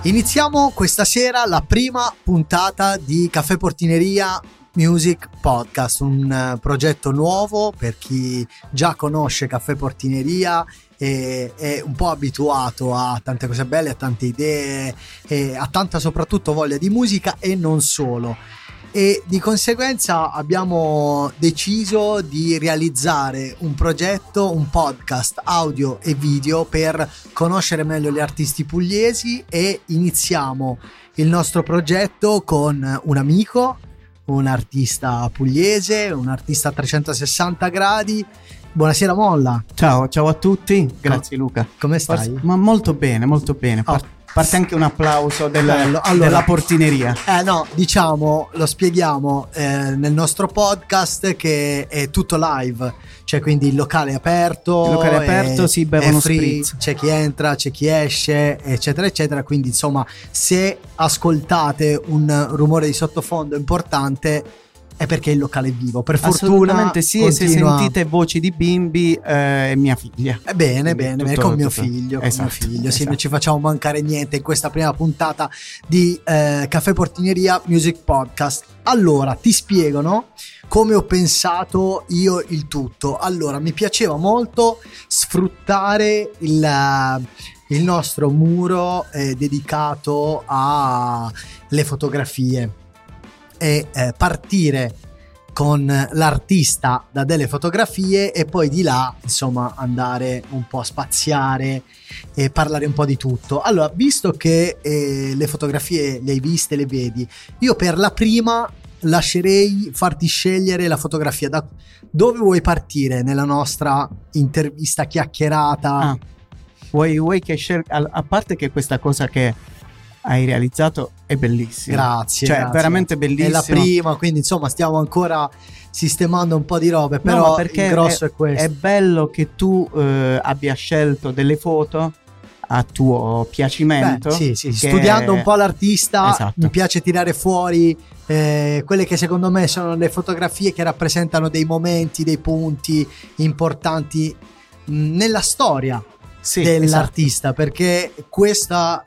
Iniziamo questa sera la prima puntata di Caffè Portineria Music Podcast, un progetto nuovo per chi già conosce Caffè Portineria e è un po' abituato a tante cose belle, a tante idee e a tanta soprattutto voglia di musica e non solo. E di conseguenza abbiamo deciso di realizzare un progetto, un podcast audio e video per conoscere meglio gli artisti pugliesi, e iniziamo il nostro progetto con un amico, un artista pugliese, un artista a 360 gradi. Buonasera Molla. Ciao a tutti, grazie Luca. Come stai? Ma molto bene. Parte anche un applauso della portineria. No, diciamo, lo spieghiamo nel nostro podcast che è tutto live, cioè quindi il locale è aperto, si bevono free, spritz. c'è chi entra, c'è chi esce, eccetera eccetera, quindi insomma se ascoltate un rumore di sottofondo importante è perché il locale è vivo, per fortuna. Assolutamente sì, e se sentite voci di bimbi è mia figlia. Bene, con mio figlio, esatto, sì, esatto. Non ci facciamo mancare niente in questa prima puntata di Caffè Portineria Music Podcast. Allora, ti spiego, no? Come ho pensato io il tutto. Allora, mi piaceva molto sfruttare il nostro muro dedicato alle fotografie e partire con l'artista da delle fotografie e poi di là insomma andare un po' a spaziare e parlare un po' di tutto. Allora, visto che le fotografie le hai viste, le vedi, io per la prima lascerei farti scegliere la fotografia. Da dove vuoi partire nella nostra intervista chiacchierata? Vuoi che scelga? A parte che questa cosa che hai realizzato è bellissima. Grazie. Veramente bellissima. È la prima, quindi insomma stiamo ancora sistemando un po' di robe, però perché il grosso è questo. È bello che tu abbia scelto delle foto a tuo piacimento. Sì. Studiando un po' l'artista, esatto. Mi piace tirare fuori quelle che secondo me sono le fotografie che rappresentano dei momenti, dei punti importanti nella storia dell'artista, esatto. Perché questo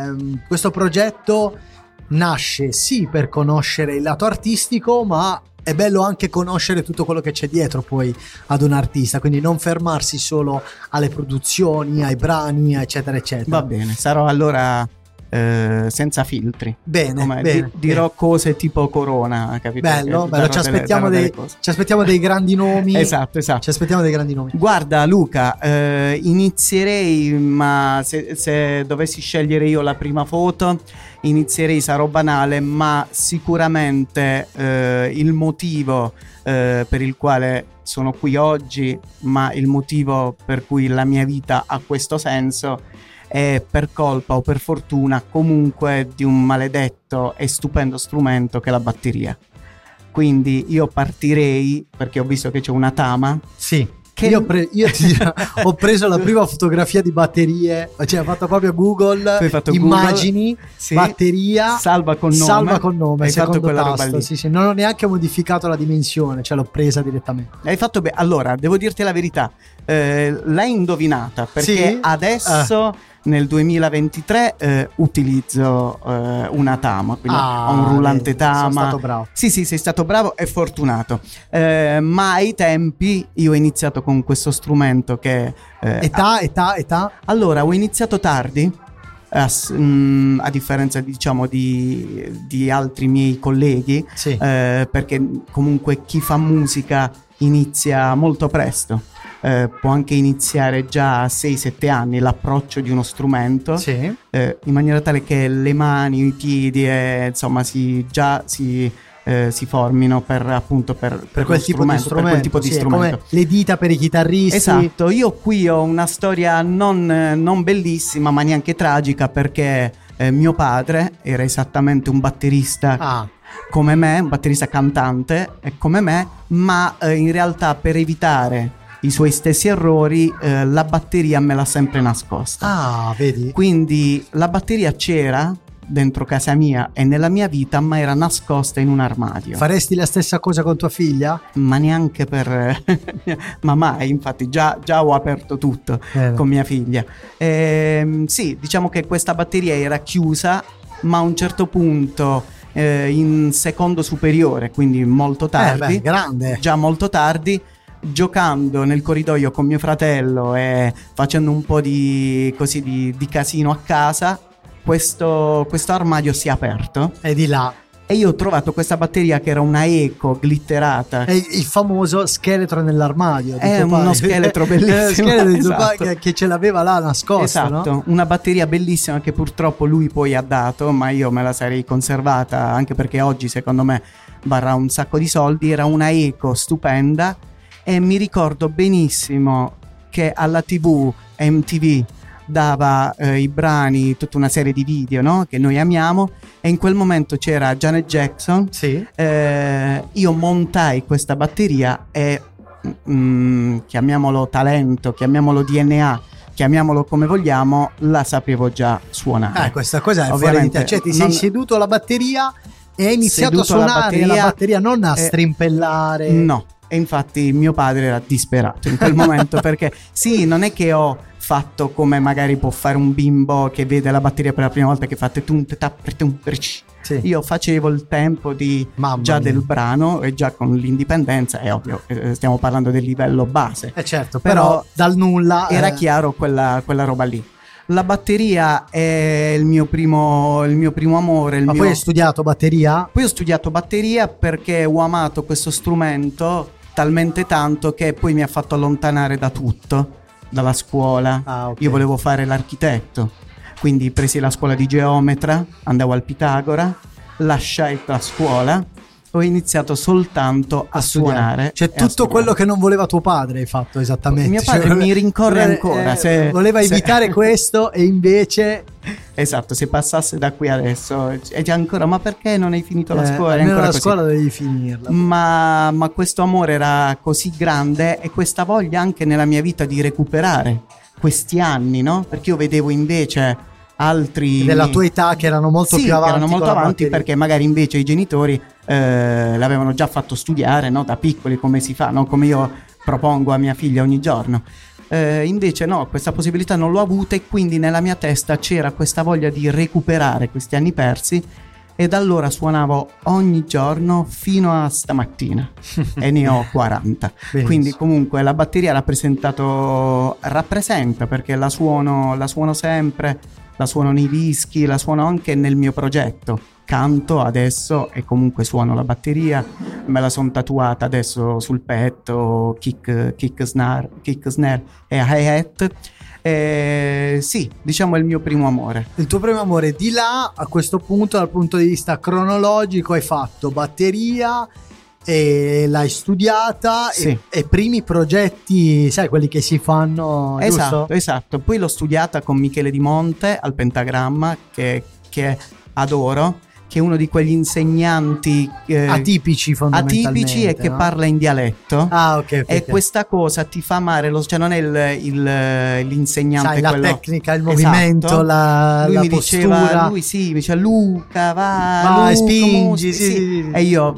progetto nasce sì per conoscere il lato artistico, ma è bello anche conoscere tutto quello che c'è dietro poi ad un artista, quindi non fermarsi solo alle produzioni, ai brani, eccetera eccetera. Va bene, sarò allora senza filtri. Bene, dirò cose tipo Corona, capito? Bello, ci aspettiamo dei grandi nomi. Esatto. Ci aspettiamo dei grandi nomi. Guarda Luca, inizierei, ma se dovessi scegliere io la prima foto, sarò banale, ma sicuramente il motivo per il quale sono qui oggi, ma il motivo per cui la mia vita ha questo senso è per colpa o per fortuna comunque di un maledetto e stupendo strumento che è la batteria. Quindi io partirei, perché ho visto che c'è una Tama. Sì. Io ho preso la prima fotografia di batterie, cioè ho fatto proprio Google, immagini, Google, sì, batteria, salva con nome, hai fatto quella roba lì. Sì, non ho neanche modificato la dimensione, l'ho presa direttamente. Hai fatto bene. Allora, devo dirti la verità, l'hai indovinata, perché adesso nel 2023 utilizzo una Tama, quindi ho un rullante Tama. Sono stato bravo. Sì, sei stato bravo e fortunato. Ma ai tempi io ho iniziato con questo strumento che età? Allora, ho iniziato tardi, a differenza diciamo di altri miei colleghi, sì. Perché comunque chi fa musica inizia molto presto. Può anche iniziare già a 6-7 anni l'approccio di uno strumento, sì. In maniera tale che le mani, i piedi insomma si formino per quel tipo di strumento, come le dita per i chitarristi. Esatto. Io qui ho una storia non bellissima ma neanche tragica, perché mio padre era esattamente un batterista come me, un batterista cantante come me, ma in realtà per evitare i suoi stessi errori la batteria me l'ha sempre nascosta. Vedi? Quindi la batteria c'era, dentro casa mia e nella mia vita, ma era nascosta in un armadio. Faresti la stessa cosa con tua figlia? Ma neanche per ma mai, infatti già ho aperto tutto con mia figlia. Sì, diciamo che questa batteria era chiusa, ma a un certo punto in secondo superiore, quindi molto tardi, grande, già molto tardi, giocando nel corridoio con mio fratello e facendo un po' di casino a casa, questo armadio si è aperto e di là e io ho trovato questa batteria che era una eco glitterata. È il famoso scheletro nell'armadio. È uno scheletro bellissimo. Esatto. Che ce l'aveva là nascosto. Esatto, no? Una batteria bellissima che purtroppo lui poi ha dato, ma io me la sarei conservata, anche perché oggi secondo me varrà un sacco di soldi. Era una eco stupenda e mi ricordo benissimo che alla TV MTV dava i brani, tutta una serie di video, no? Che noi amiamo, e in quel momento c'era Janet Jackson. Sì. Io montai questa batteria e chiamiamolo talento, chiamiamolo DNA, chiamiamolo come vogliamo, la sapevo già suonare. Questa cosa è ovviamente fuori di te. Cioè ti sei seduto alla batteria e hai iniziato a suonare la batteria, non a strimpellare. No, e infatti mio padre era disperato in quel momento perché sì, non è che ho fatto come magari può fare un bimbo che vede la batteria per la prima volta, che fate sì. Io facevo il tempo di del brano, e già con l'indipendenza è ovvio, stiamo parlando del livello base, certo, però dal nulla era chiaro quella roba lì. La batteria è il mio primo amore. Poi hai studiato batteria? Poi ho studiato batteria perché ho amato questo strumento talmente tanto che poi mi ha fatto allontanare da tutto, dalla scuola. Okay. Io volevo fare l'architetto, quindi presi la scuola di geometra, andavo al Pitagora, lasciai la scuola, ho iniziato soltanto a suonare. Cioè tutto quello che non voleva tuo padre hai fatto esattamente. Mio padre mi rincorre ancora. Voleva evitare questo e invece... Esatto, se passasse da qui adesso è già ancora, ma perché non hai finito la scuola? Almeno la scuola devi finirla. Ma questo amore era così grande, e questa voglia anche nella mia vita di recuperare questi anni, no? Perché io vedevo invece altri della tua età che erano molto più avanti. Erano molto avanti perché magari invece i genitori l'avevano già fatto studiare, no? Da piccoli, come si fa, no? Come io propongo a mia figlia ogni giorno. Invece no, questa possibilità non l'ho avuta, e quindi nella mia testa c'era questa voglia di recuperare questi anni persi, e da allora suonavo ogni giorno fino a stamattina e ne ho 40. Quindi comunque la batteria rappresenta perché la suono sempre, la suono nei dischi, la suono anche nel mio progetto. Canto adesso e comunque suono la batteria, me la sono tatuata adesso sul petto, kick, snare e hi-hat. Sì, diciamo è il mio primo amore. Il tuo primo amore. Di là, a questo punto, dal punto di vista cronologico, hai fatto batteria e l'hai studiata, sì. e primi progetti, sai, quelli che si fanno, giusto? Esatto. Poi l'ho studiata con Michele Di Monte al Pentagramma, che adoro, che è uno di quegli insegnanti atipici fondamentalmente, atipici e che parla in dialetto. Okay. Questa cosa ti fa amare cioè non è l'insegnante, sai, la quello, tecnica, il movimento, esatto. Lui la mi postura. diceva Luca, vai, spingi, sì. E io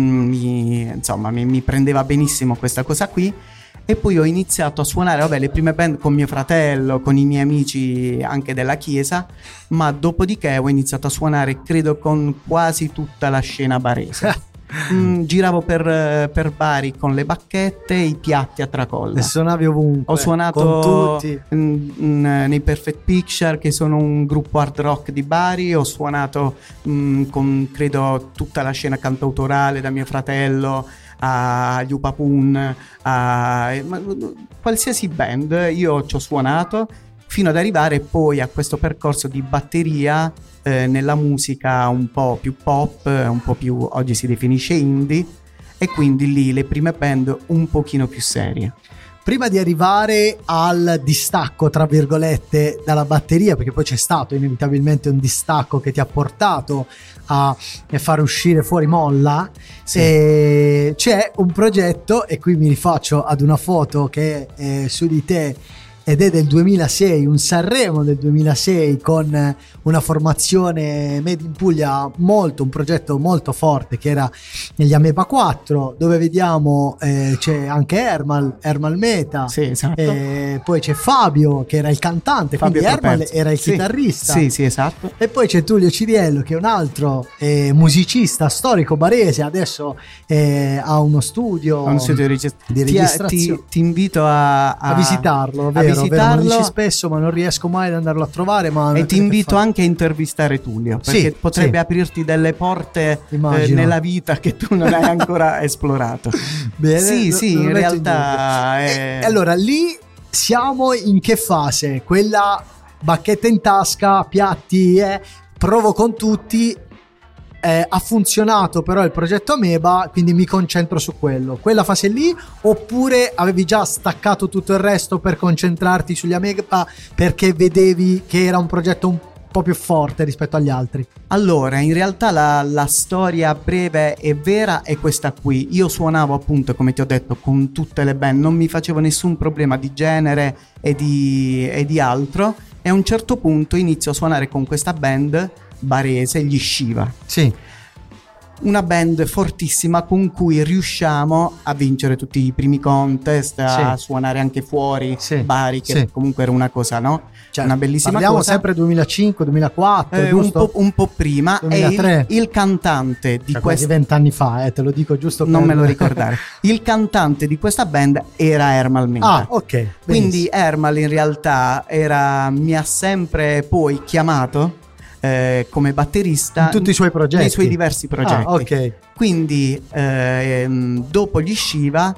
mi prendeva benissimo questa cosa qui. E poi ho iniziato a suonare, le prime band con mio fratello, con i miei amici anche della chiesa, ma dopodiché ho iniziato a suonare, credo, con quasi tutta la scena barese. Giravo per Bari con le bacchette e i piatti a tracolla. E suonavi ovunque. Ho suonato con tutti. Nei Perfect Picture, che sono un gruppo hard rock di Bari. Ho suonato con, credo, tutta la scena cantautorale, da mio fratello agli Upapun, qualsiasi band io ci ho suonato, fino ad arrivare poi a questo percorso di batteria nella musica un po' più pop, un po' più, oggi si definisce indie, e quindi lì le prime band un pochino più serie. Prima di arrivare al distacco, tra virgolette, dalla batteria, perché poi c'è stato inevitabilmente un distacco che ti ha portato a far uscire fuori Molla, sì. C'è un progetto, e qui mi rifaccio ad una foto che è su di te ed è del 2006, un Sanremo del 2006 con una formazione made in Puglia, un progetto molto forte, che era negli Ameba 4, dove vediamo c'è anche Ermal Meta, sì, esatto. Poi c'è Fabio che era il cantante, quindi Ermal era il chitarrista, sì, esatto, e poi c'è Tullio Ciriello che è un altro musicista storico barese, adesso ha uno studio di registrazione. Ti invito a visitarlo, vero? Lo dici spesso, ma non riesco mai ad andarlo a trovare. E ti invito anche a intervistare Tullio, perché potrebbe aprirti delle porte nella vita che tu non hai ancora esplorato. Bene, in realtà allora lì siamo in che fase? Quella bacchetta in tasca, piatti, provo con tutti. Ha funzionato però il progetto Ameba, quindi mi concentro su quella fase lì, oppure avevi già staccato tutto il resto per concentrarti sugli Ameba perché vedevi che era un progetto un po' più forte rispetto agli altri? Allora, in realtà la storia breve e vera è questa qui. Io suonavo, appunto, come ti ho detto, con tutte le band, non mi facevo nessun problema di genere e di altro, e a un certo punto inizio a suonare con questa band barese, gli Shiva. Sì. Una band fortissima con cui riusciamo a vincere tutti i primi contest, a suonare anche fuori Bari, che comunque era una cosa, no? Cioè, una bellissima parliamo cosa. Sempre 2005, 2004, giusto? Un po' prima. 2003. E il cantante di quasi 20 anni fa, te lo dico giusto per... Non me lo ricordare. Il cantante di questa band era Ermal Meta. Ah, ok. Quindi Ermal in realtà mi ha sempre poi chiamato come batterista in tutti i suoi progetti, nei suoi diversi progetti. Ok. Quindi dopo gli Shiva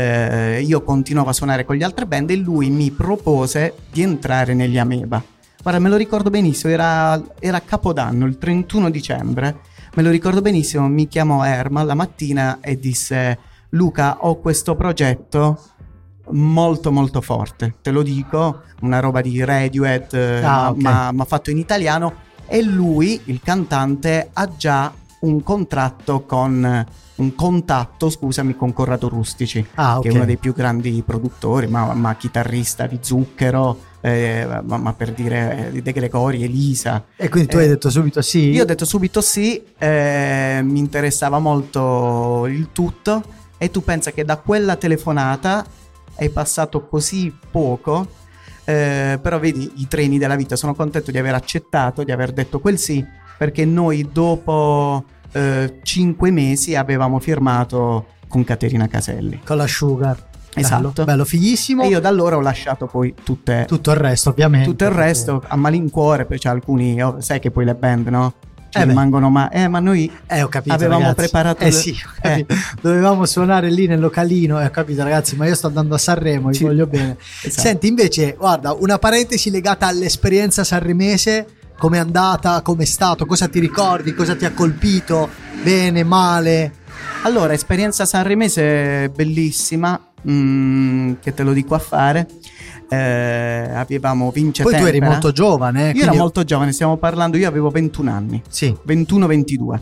io continuavo a suonare con gli altre band e lui mi propose di entrare negli Ameba. Guarda, me lo ricordo benissimo, era Capodanno, il 31 dicembre, me lo ricordo benissimo. Mi chiamò Ermal la mattina e disse: Luca, ho questo progetto molto molto forte, te lo dico, una roba di Radiohead, ma fatto in italiano. E lui, il cantante, ha già un contatto con Corrado Rustici, che è uno dei più grandi produttori, ma chitarrista di Zucchero, ma per dire De Gregori, Elisa. E quindi tu hai detto subito sì? Io ho detto subito sì, mi interessava molto il tutto. E tu pensa che da quella telefonata è passato così poco. Però vedi i treni della vita. Sono contento di aver accettato, di aver detto quel sì, perché noi dopo 5 mesi avevamo firmato con Caterina Caselli, con la Sugar. Esatto, bello, fighissimo. E io da allora ho lasciato poi tutto il resto, ovviamente, tutto il resto a malincuore, perché c'è alcuni, sai che poi le band, no? Rimangono ma noi ho capito, avevamo ragazzi. preparato sì, ho capito. Dovevamo suonare lì nel localino, ho capito, ragazzi, ma io sto andando a Sanremo, vi voglio bene. Esatto. Senti, invece, guarda, una parentesi legata all'esperienza sanremese. Com'è andata, com'è stato, cosa ti ricordi, cosa ti ha colpito, bene, male? Allora, esperienza sanremese bellissima, che te lo dico a fare. Avevamo Vince Poi Tempera. Tu eri molto giovane, io ero molto giovane, stiamo parlando, io avevo 21 anni, 21-22.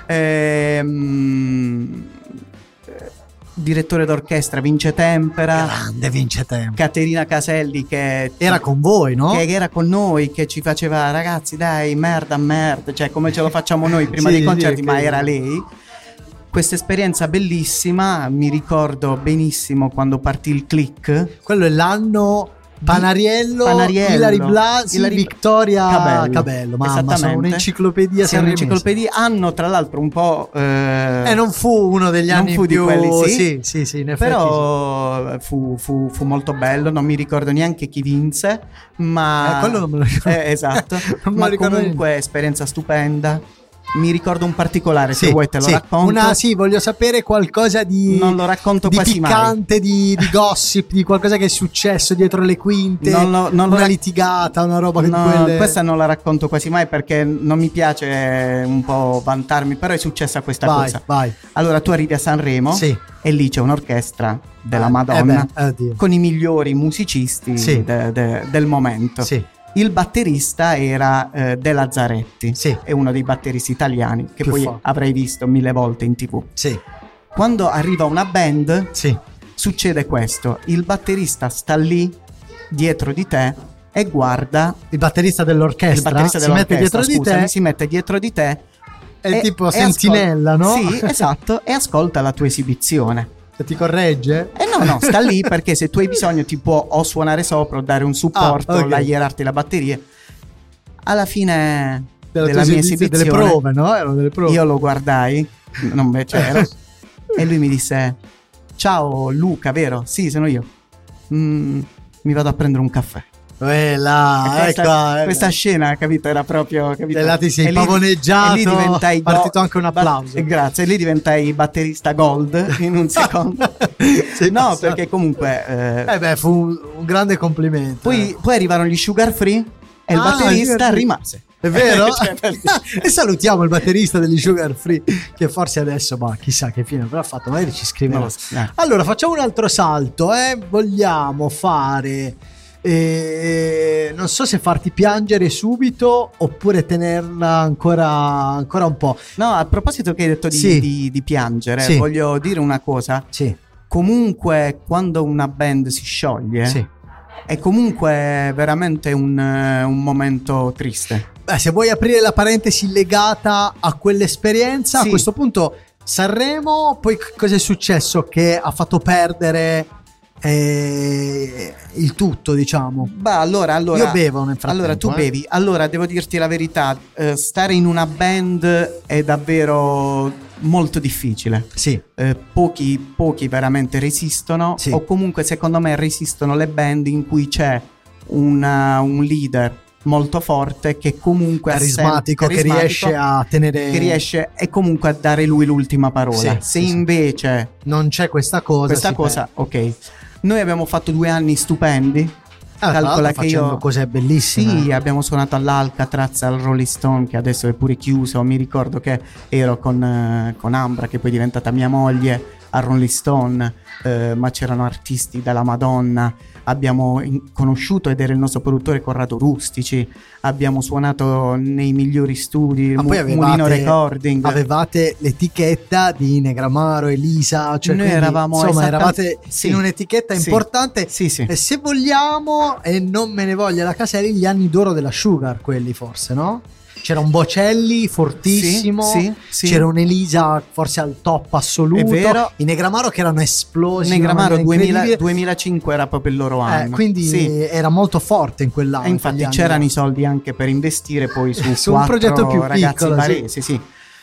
Direttore d'orchestra Vince Tempera, grande Vince Tempera. Caterina Caselli, che era con voi, no? Che era con noi, che ci faceva: ragazzi, dai, merda, cioè come ce lo facciamo noi prima dei concerti, ma era lei. Questa esperienza bellissima, mi ricordo benissimo quando partì il Click. Quello è l'anno Panariello, Ilari Blasi, Vittoria Cabello. Mamma, sono un'enciclopedia. Sì, un'enciclopedia. Hanno tra l'altro un po'. Non fu uno degli anni più. Di quelli, sì, in effetti. Però fu molto bello. Non mi ricordo neanche chi vinse, ma. Quello non me lo ricordo. Esatto. Ma comunque, esperienza stupenda. Mi ricordo un particolare, se vuoi te lo racconto. Voglio sapere qualcosa di. Non lo racconto di quasi piccante, di gossip, di qualcosa che è successo dietro le quinte. Una litigata, una roba quelle. Questa non la racconto quasi mai perché non mi piace un po' vantarmi, però è successa questa cosa. Vai. Allora tu arrivi a Sanremo e lì c'è un'orchestra della Madonna con i migliori musicisti del momento. Sì. Il batterista era De Lazzaretti, è uno dei batteristi italiani che poi avrei visto 1000 volte in TV. Sì. Quando arriva una band, succede questo: il batterista sta lì dietro di te e guarda il batterista dell'orchestra, si mette dietro di te, si mette dietro di te è tipo sentinella, no? Sì, esatto, e ascolta la tua esibizione. E ti corregge? No, sta lì perché se tu hai bisogno ti può o suonare sopra o dare un supporto, okay, laierarti la batteria. Alla fine della mia esibizione, delle prove, no? Erano delle prove. Io lo guardai, non me c'ero, e lui mi disse: ciao Luca, vero? Sì, sono io. Mi vado a prendere un caffè. Questa scena, capito, era proprio, capito? E là ti sei pavoneggiato, e lì diventai partito anche un applauso. Grazie, e lì diventai batterista gold in un secondo. No, perché comunque fu un grande complimento. Poi arrivarono gli Sugar Free e il batterista rimase. È vero? E salutiamo il batterista degli Sugar Free, che forse adesso, ma chissà che fine avrà fatto, magari ci scrive. Allora facciamo un altro salto, vogliamo fare non so se farti piangere subito oppure tenerla ancora un po'. No, a proposito che hai detto di piangere, voglio dire una cosa. Comunque quando una band si scioglie è comunque veramente un momento triste. Se vuoi aprire la parentesi legata a quell'esperienza, a questo punto Sanremo, poi cosa è successo che ha fatto perdere il tutto, diciamo? Allora io bevo nel frattempo. Allora tu bevi. Allora devo dirti la verità, stare in una band è davvero molto difficile. Pochi veramente resistono, o comunque secondo me resistono le band in cui c'è un leader molto forte che comunque carismatico, che riesce a tenere, che riesce e comunque a dare lui l'ultima parola. Se invece non c'è questa cosa, ok. Noi abbiamo fatto 2 anni stupendi. Calcola che io cose bellissime. Abbiamo suonato all'Alcatraz, al Rolling Stone, che adesso è pure chiuso. Mi ricordo che ero con Ambra, che poi è diventata mia moglie, a Rolling Stone, ma c'erano artisti della Madonna. Abbiamo conosciuto ed era il nostro produttore Corrado Rustici. Abbiamo suonato nei migliori studi, Mulino Recording. Avevate l'etichetta di Negramaro, Elisa, cioè noi eravamo eravate in un'etichetta importante. E se vogliamo, e non me ne voglia la Caselli, gli anni d'oro della Sugar, quelli forse, no? C'era un Bocelli fortissimo, c'era un Elisa forse al top assoluto. È vero. I Negramaro che erano esplosi. Negramaro 2005 era proprio il loro anno. Quindi era molto forte in quell'anno. E infatti c'erano i soldi anche per investire poi su un progetto più piccolo. Baresi,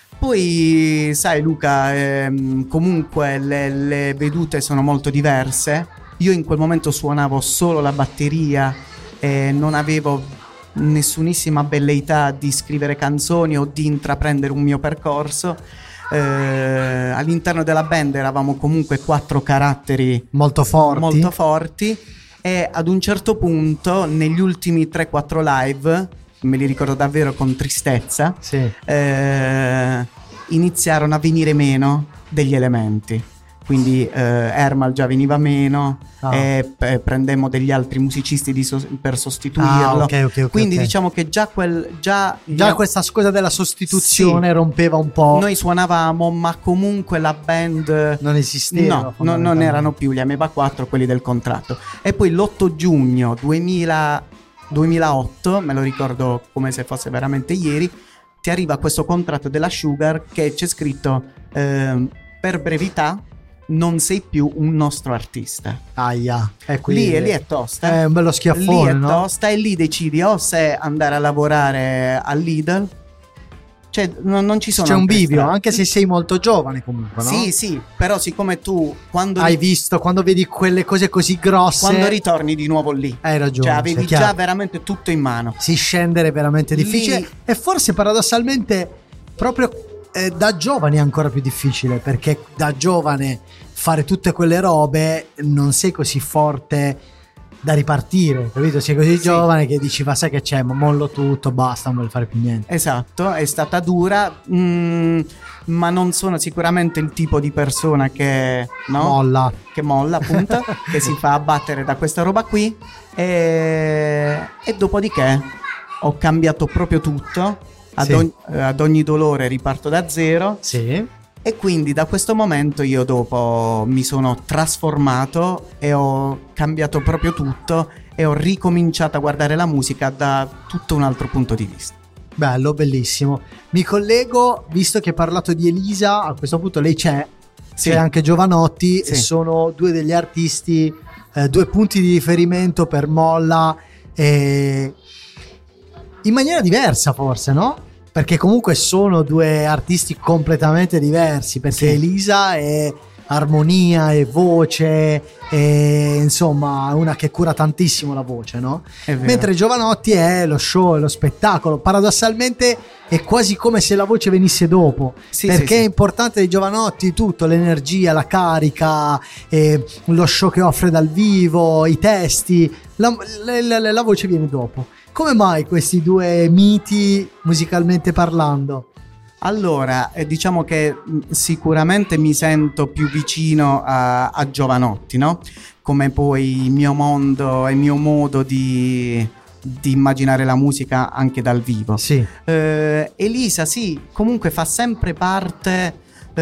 Poi sai Luca, comunque le vedute sono molto diverse. Io in quel momento suonavo solo la batteria e non avevo nessunissima velleità di scrivere canzoni o di intraprendere un mio percorso. All'interno della band eravamo comunque 4 caratteri molto forti e ad un certo punto negli ultimi 3-4 live, me li ricordo davvero con tristezza, iniziarono a venire meno degli elementi. Quindi Ermal già veniva meno e prendemmo degli altri musicisti per sostituirlo. Quindi diciamo che già questa scusa della sostituzione rompeva un po'. Noi suonavamo, ma comunque la band non esisteva. No, non erano più gli Ameba 4 quelli del contratto. E poi l'8 giugno 2008, me lo ricordo come se fosse veramente ieri, ti arriva questo contratto della Sugar che c'è scritto per brevità non sei più un nostro artista. Lì è tosta. È un bello schiaffone, lì è tosta, e lì decidi o se andare a lavorare al Lidl. Cioè non ci sono. C'è un bivio, anche se sei molto giovane comunque, no? Sì, però siccome tu quando vedi quelle cose così grosse, quando ritorni di nuovo lì, hai ragione, cioè avevi già veramente tutto in mano. Si scendere veramente difficile e forse paradossalmente proprio da giovani è ancora più difficile, perché da giovane fare tutte quelle robe non sei così forte da ripartire, capito? Sei così giovane che dici ma sai che c'è, ma mollo tutto, basta, non voglio fare più niente. Esatto, è stata dura, ma non sono sicuramente il tipo di persona che molla appunto, che si fa abbattere da questa roba qui, e dopodiché ho cambiato proprio tutto. Ad ogni dolore riparto da zero. E quindi da questo momento io dopo mi sono trasformato e ho cambiato proprio tutto e ho ricominciato a guardare la musica da tutto un altro punto di vista. Bello, bellissimo. Mi collego, visto che hai parlato di Elisa, a questo punto lei c'è anche Jovanotti, Sì. e sono due degli artisti, due punti di riferimento per Molla, in maniera diversa forse, no? Perché comunque sono due artisti completamente diversi, perché Sì. Elisa è armonia e voce, e insomma una che cura tantissimo la voce, no? È vero. Mentre Jovanotti è lo show, è lo spettacolo. Paradossalmente è quasi come se la voce venisse dopo, Sì, perché sì, è sì. importante di Jovanotti tutto, l'energia, la carica, lo show che offre dal vivo, i testi, la voce viene dopo. Come mai questi due miti musicalmente parlando? Allora, diciamo che sicuramente mi sento più vicino a Jovanotti, no? Come poi il mio mondo e il mio modo di immaginare la musica anche dal vivo. Sì. Elisa, sì, comunque fa sempre parte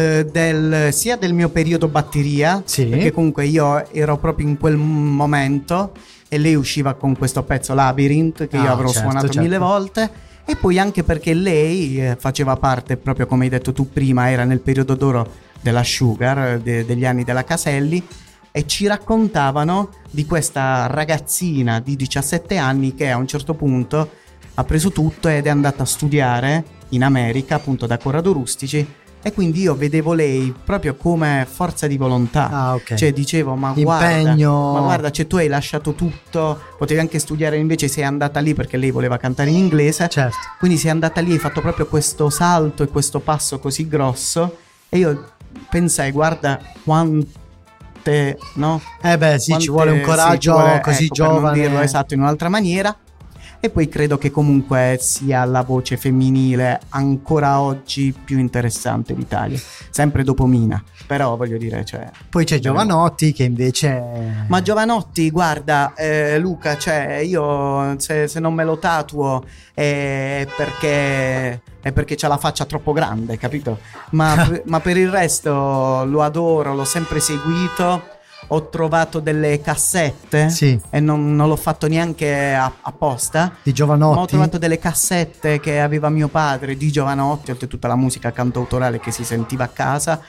sia del mio periodo batteria, Sì. perché comunque io ero proprio in quel momento e lei usciva con questo pezzo Labyrinth che io avrò suonato 1000 volte. E poi anche perché lei faceva parte, proprio come hai detto tu prima, era nel periodo d'oro della Sugar, degli anni della Caselli, e ci raccontavano di questa ragazzina di 17 anni che a un certo punto ha preso tutto ed è andata a studiare in America, appunto da Corrado Rustici, e quindi io vedevo lei proprio come forza di volontà. Ah, ok. Cioè dicevo, ma Impegno. guarda, cioè tu hai lasciato tutto, potevi anche studiare, invece sei andata lì perché lei voleva cantare in inglese. Certo. Quindi sei andata lì, hai fatto proprio questo salto e questo passo così grosso, e io pensai, guarda quante, no? Sì, ci vuole un coraggio così ecco, per non giovane. dirlo esatto in un'altra maniera. E poi credo che comunque sia la voce femminile ancora oggi più interessante d'Italia, sempre dopo Mina, però voglio dire, cioè, Poi c'è Jovanotti che invece... ma Jovanotti, guarda, Luca, cioè io se non me lo tatuo è perché c'ha la faccia troppo grande, capito? Ma per il resto lo adoro, l'ho sempre seguito. Ho trovato delle cassette, Sì. e non l'ho fatto neanche apposta. Di Jovanotti? Ma ho trovato delle cassette che aveva mio padre di Jovanotti, oltre tutta la musica cantautorale che si sentiva a casa.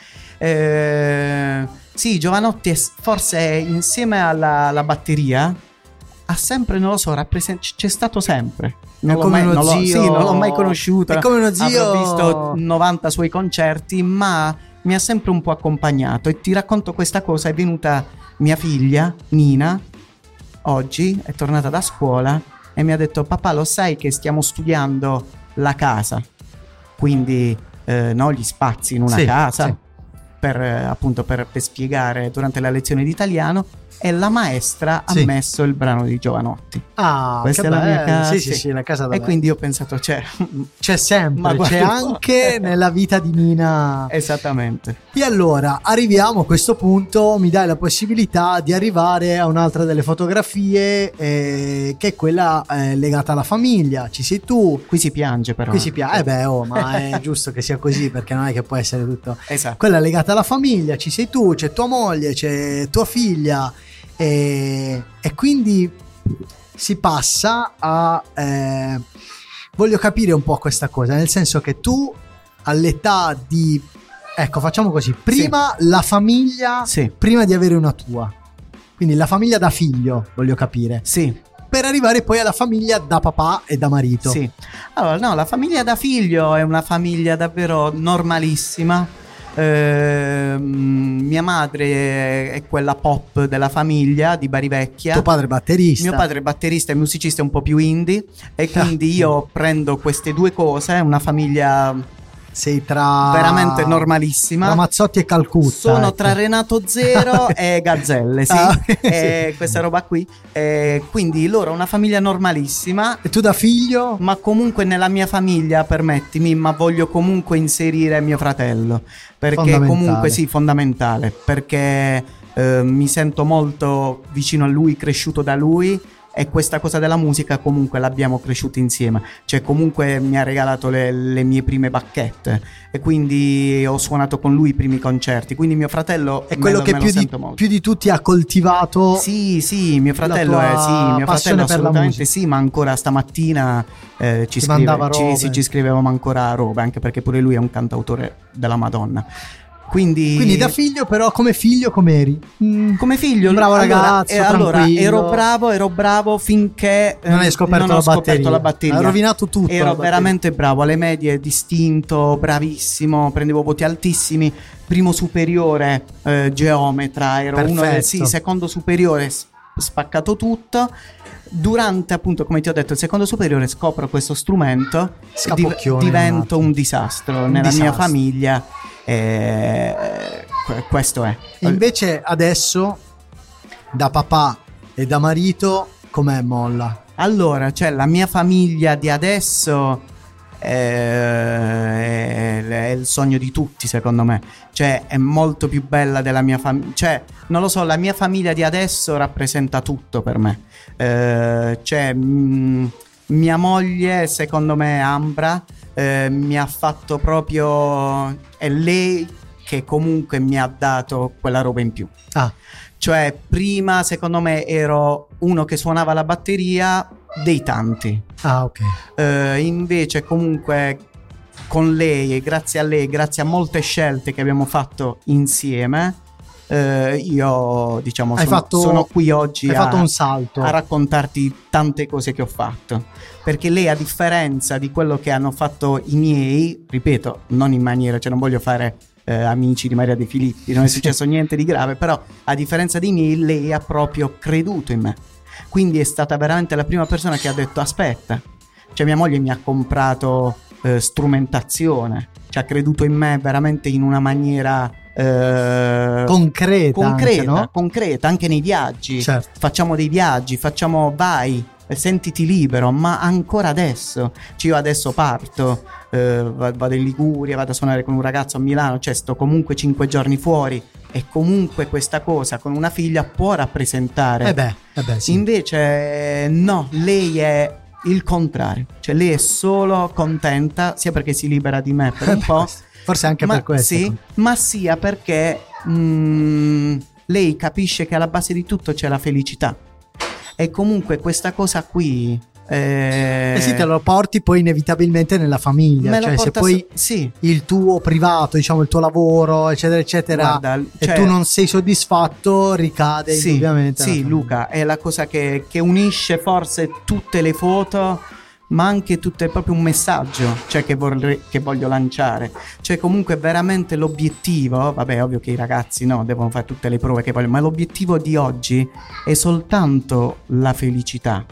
Sì, Jovanotti è forse insieme alla batteria ha sempre, non lo so, c'è stato sempre. È come uno zio. Sì, non l'ho mai conosciuto. È come uno zio. Avrò visto 90 suoi concerti, ma mi ha sempre un po' accompagnato. E ti racconto questa cosa: è venuta mia figlia Nina oggi, è tornata da scuola e mi ha detto: papà, lo sai che stiamo studiando la casa, quindi no, gli spazi in una Sì, casa, sì. appunto per spiegare durante la lezione di italiano, e la maestra Sì. ha messo il brano di Jovanotti. Ah, Questa che è la mia bello. casa, Sì, la casa da E me. quindi io ho pensato, c'è Ma sempre, guarda c'è un po'. anche nella vita di Nina. esattamente. E allora arriviamo a questo punto, mi dai la possibilità di arrivare a un'altra delle fotografie, che è quella legata alla famiglia. Ci sei tu, Qui si piange però. qui si piace, ma è giusto che sia così, perché non è che può essere tutto. Esatto. Quella legata alla famiglia, ci sei tu, c'è tua moglie, c'è tua figlia, e quindi si passa a voglio capire un po' questa cosa, nel senso che tu all'età di, ecco, facciamo così, prima la famiglia, Sì. prima di avere una tua, quindi la famiglia da figlio, voglio capire, Sì. per arrivare poi alla famiglia da papà e da marito. Sì. Allora, no, la famiglia da figlio è una famiglia davvero normalissima. Mia madre è quella pop della famiglia di Bari Vecchia. Tuo padre è batterista. Mio padre è batterista e musicista un po' più indie, e quindi io prendo queste due cose, una famiglia sei tra veramente normalissima. Ramazzotti e Calcutta. Sono ecco. tra Renato Zero e Gazzelle, sì. Ah, E sì. questa roba qui. Quindi loro una famiglia normalissima. E tu da figlio? Ma comunque nella mia famiglia, permettimi, ma voglio comunque inserire mio fratello, perché Fondamentale. comunque sì, fondamentale, perché mi sento molto vicino a lui, cresciuto da lui, e questa cosa della musica comunque l'abbiamo cresciuta insieme, cioè comunque mi ha regalato le mie prime bacchette e quindi ho suonato con lui i primi concerti, quindi mio fratello è quello che più di tutti ha coltivato. Sì, mio fratello mio fratello assolutamente sì, ma ancora stamattina ci scrivevamo ancora robe, anche perché pure lui è un cantautore della Madonna. Quindi da figlio, però come figlio com'eri? Come figlio un bravo ragazzo, ero bravo finché non hai scoperto la batteria. Hai rovinato tutto. Ero veramente bravo alle medie, distinto, bravissimo, prendevo voti altissimi. Primo superiore geometra, ero secondo superiore spaccato tutto. Durante appunto, come ti ho detto, il secondo superiore scopro questo strumento, divento un disastro nella mia famiglia. Questo è. Invece adesso da papà e da marito com'è Molla? Allora, cioè la mia famiglia di adesso è il sogno di tutti, secondo me, cioè è molto più bella della mia famiglia, cioè non lo so, la mia famiglia di adesso rappresenta tutto per me, cioè mia moglie, secondo me, Ambra, mi ha fatto proprio, è lei che comunque mi ha dato quella roba in più. Cioè prima secondo me ero uno che suonava la batteria dei tanti. Ok. Invece comunque con lei e grazie a lei, grazie a molte scelte che abbiamo fatto insieme, io diciamo sono qui oggi fatto un salto a raccontarti tante cose che ho fatto, perché lei, a differenza di quello che hanno fatto i miei, ripeto, non in maniera, cioè non voglio fare amici di Maria De Filippi, non è successo niente di grave, però a differenza dei miei lei ha proprio creduto in me, quindi è stata veramente la prima persona che ha detto aspetta, cioè mia moglie mi ha comprato strumentazione, cioè ha creduto in me veramente in una maniera concreta anche, no? Concreta anche nei viaggi, certo. Facciamo dei viaggi, vai, sentiti libero, ma ancora adesso, cioè io adesso parto, vado in Liguria, vado a suonare con un ragazzo a Milano, cioè sto comunque 5 giorni fuori, e comunque questa cosa con una figlia può rappresentare. Sì. Invece no, lei è il contrario, cioè lei è solo contenta, sia perché si libera di me per un po', forse anche per questo, sì, ma sia perché lei capisce che alla base di tutto c'è la felicità, e comunque questa cosa qui sì, te lo porti poi inevitabilmente nella famiglia, cioè se poi il tuo privato, diciamo il tuo lavoro eccetera eccetera, guarda, e tu non sei soddisfatto, ricade indubbiamente. Sì, Luca, è la cosa che unisce forse tutte le foto, ma anche tutto, è proprio un messaggio, cioè che voglio lanciare, cioè comunque veramente l'obiettivo, vabbè, ovvio che i ragazzi devono fare tutte le prove che vogliono, ma l'obiettivo di oggi è soltanto la felicità,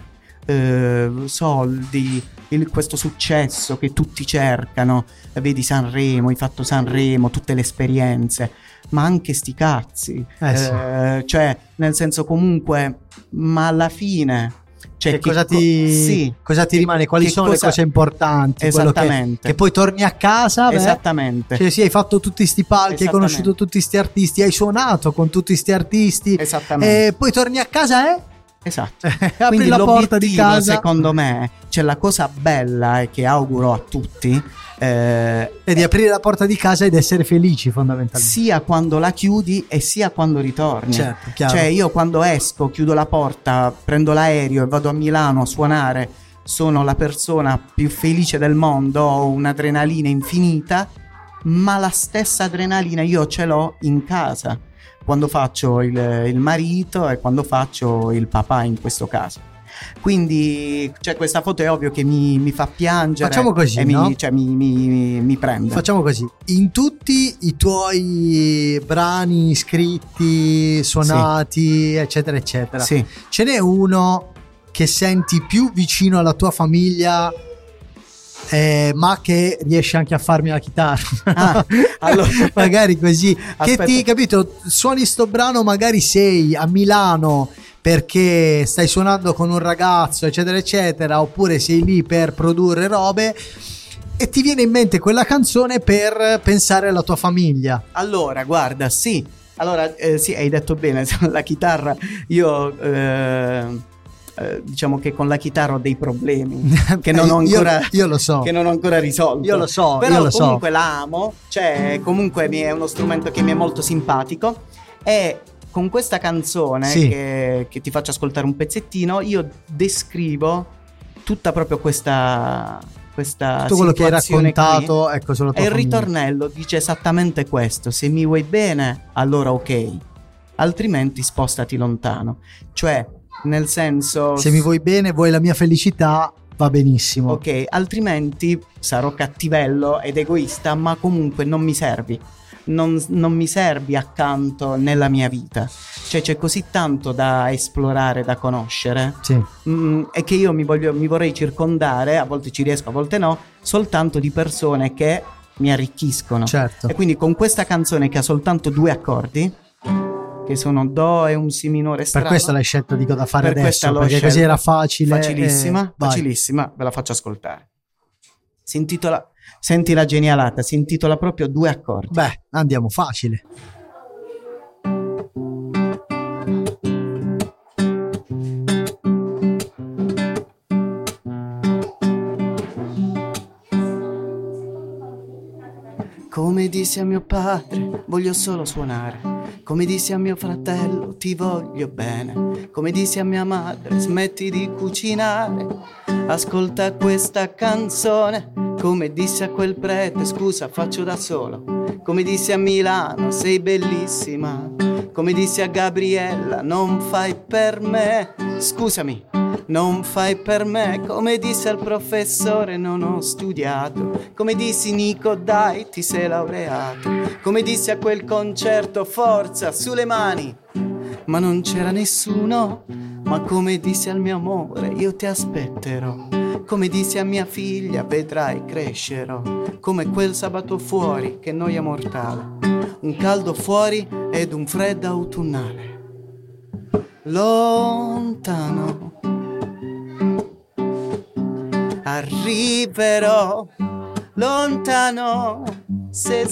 soldi, questo successo che tutti cercano, vedi Sanremo, hai fatto Sanremo, tutte le esperienze, ma anche sti cazzi, cioè nel senso comunque, ma alla fine, cioè cosa ti rimane? Quali sono le cose importanti? Esattamente. Che poi torni a casa. Esattamente. Cioè hai fatto tutti sti palchi, hai conosciuto tutti sti artisti, hai suonato con tutti sti artisti. Esattamente. E poi torni a casa Esatto. Apri quindi la porta di casa. Secondo me, c'è la cosa bella e che auguro a tutti, è di aprire la porta di casa ed essere felici, fondamentalmente, sia quando la chiudi e sia quando ritorni. Certo, chiaro. Cioè io quando esco, chiudo la porta, prendo l'aereo e vado a Milano a suonare, sono la persona più felice del mondo, ho un'adrenalina infinita, ma la stessa adrenalina io ce l'ho in casa, quando faccio il marito e quando faccio il papà in questo caso. Quindi cioè, questa foto è ovvio che mi fa piangere. Facciamo così, mi prende. Facciamo così. In tutti i tuoi brani scritti, suonati, eccetera eccetera, ce n'è uno che senti più vicino alla tua famiglia, ma che riesci anche a farmi la chitarra, allora, magari così, aspetta. che ti, capito, suoni sto brano, magari sei a Milano perché stai suonando con un ragazzo eccetera eccetera, oppure sei lì per produrre robe e ti viene in mente quella canzone per pensare alla tua famiglia. Allora guarda, sì, hai detto bene, la chitarra io diciamo che con la chitarra ho dei problemi che non ho ancora, io lo so, che non ho ancora risolto. Io lo so, però io lo comunque so. la amo, cioè comunque è uno strumento che mi è molto simpatico, e con questa canzone Sì. che ti faccio ascoltare un pezzettino, io descrivo tutta proprio questa Tutto quello che hai situazione raccontato, qui. ecco, sulla tua E il famiglia. ritornello dice esattamente questo: se mi vuoi bene, allora ok, altrimenti spostati lontano. Cioè, nel senso, Se mi vuoi bene, vuoi la mia felicità, va benissimo. ok, altrimenti sarò cattivello ed egoista, ma comunque non mi servi. Non mi servi accanto nella mia vita. Cioè, c'è così tanto da esplorare, da conoscere, Sì. e che io mi vorrei circondare, a volte ci riesco, a volte no, soltanto di persone che mi arricchiscono. Certo. E quindi con questa canzone che ha soltanto 2 accordi, che sono Do e un Si minore strano. Per questo l'hai scelto, dico, da fare Per questa adesso, l'ho perché così scelta. era facile. Facilissima, vai. facilissima, ve la faccio ascoltare. Si intitola, senti la genialata, si intitola proprio 2 accordi. Beh, andiamo, facile. Come dissi a mio padre, voglio solo suonare. Come dissi a mio fratello, ti voglio bene. Come dissi a mia madre, smetti di cucinare. Ascolta questa canzone. Come dissi a quel prete, scusa, faccio da solo. Come dissi a Milano, sei bellissima. Come dissi a Gabriella, non fai per me. Scusami, non fai per me. Come dissi al professore, non ho studiato. Come dissi Nico, dai, ti sei laureato. Come dissi a quel concerto, forza, sulle mani. Ma non c'era nessuno. Ma come dissi al mio amore, io ti aspetterò. Come dissi a mia figlia, vedrai crescerò. Come quel sabato fuori, che noia mortale. Un caldo fuori ed un freddo autunnale. Lontano arriverò, lontano, se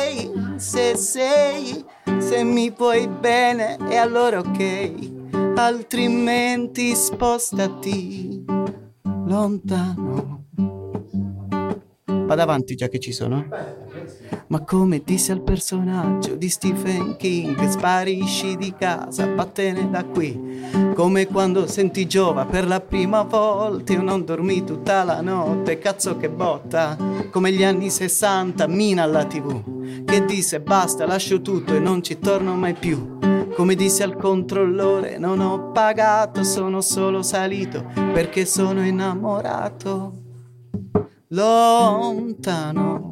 mi vuoi bene, e allora ok, altrimenti spostati lontano. Vado avanti già che ci sono. Ma come dissi al personaggio di Stephen King, sparisci di casa, vattene da qui. Come quando senti Giova per la prima volta, io non dormì tutta la notte, cazzo che botta. Come gli anni 60, Mina alla TV, che disse basta, lascio tutto e non ci torno mai più. Come dissi al controllore, non ho pagato, sono solo salito perché sono innamorato. Lontano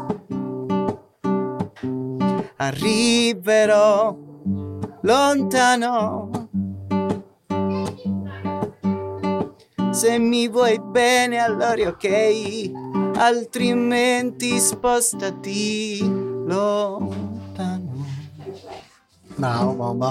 arriverò, lontano, se mi vuoi bene allora ok, altrimenti spostati lontano. Bravo, mamma.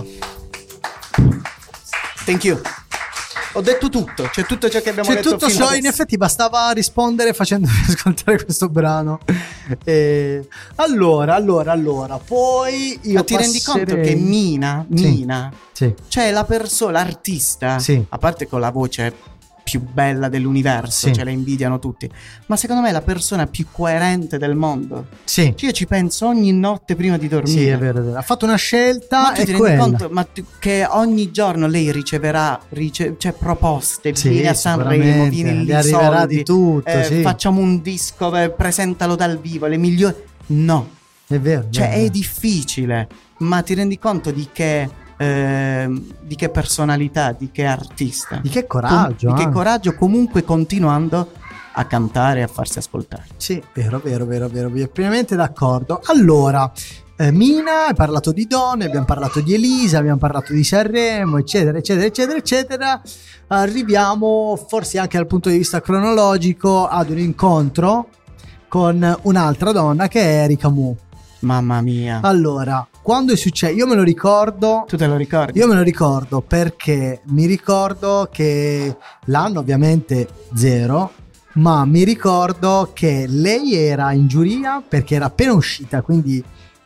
Thank you. Ho detto tutto, c'è tutto ciò che abbiamo C'è detto tutto fino ciò, adesso. in effetti bastava rispondere facendomi ascoltare questo brano. Allora, poi io Ma ti rendi conto che Mina, sì. cioè la persona, l'artista, Sì. a parte con la voce più bella dell'universo, Sì. ce la invidiano tutti, ma secondo me è la persona più coerente del mondo. Sì. Cioè, io ci penso ogni notte prima di dormire. Sì, è vero, è vero. Ha fatto una scelta Ma tu e ti rendi quella. conto che ogni giorno lei riceverà cioè proposte, Sì, vieni a Sanremo, sicuramente. vieni Gli lì, arriverà soldi, di tutto, sì. facciamo un disco, presentalo dal vivo, le migliori. No, È vero. cioè vero. è difficile, ma ti rendi conto di che personalità, di che artista, Di che coraggio. di che anche. coraggio, comunque continuando a cantare e a farsi ascoltare. Sì, vero, pienamente d'accordo. Allora, Mina, hai parlato di donne, abbiamo parlato di Elisa, abbiamo parlato di Sanremo, eccetera. Arriviamo, forse anche dal punto di vista cronologico, ad un incontro con un'altra donna che è Erika Mu. Mamma mia, Allora, quando è successo? Io me lo ricordo. tu te lo ricordi? Io me lo ricordo perché mi ricordo che l'anno ovviamente 0, ma mi ricordo che lei era in giuria perché era appena uscita, quindi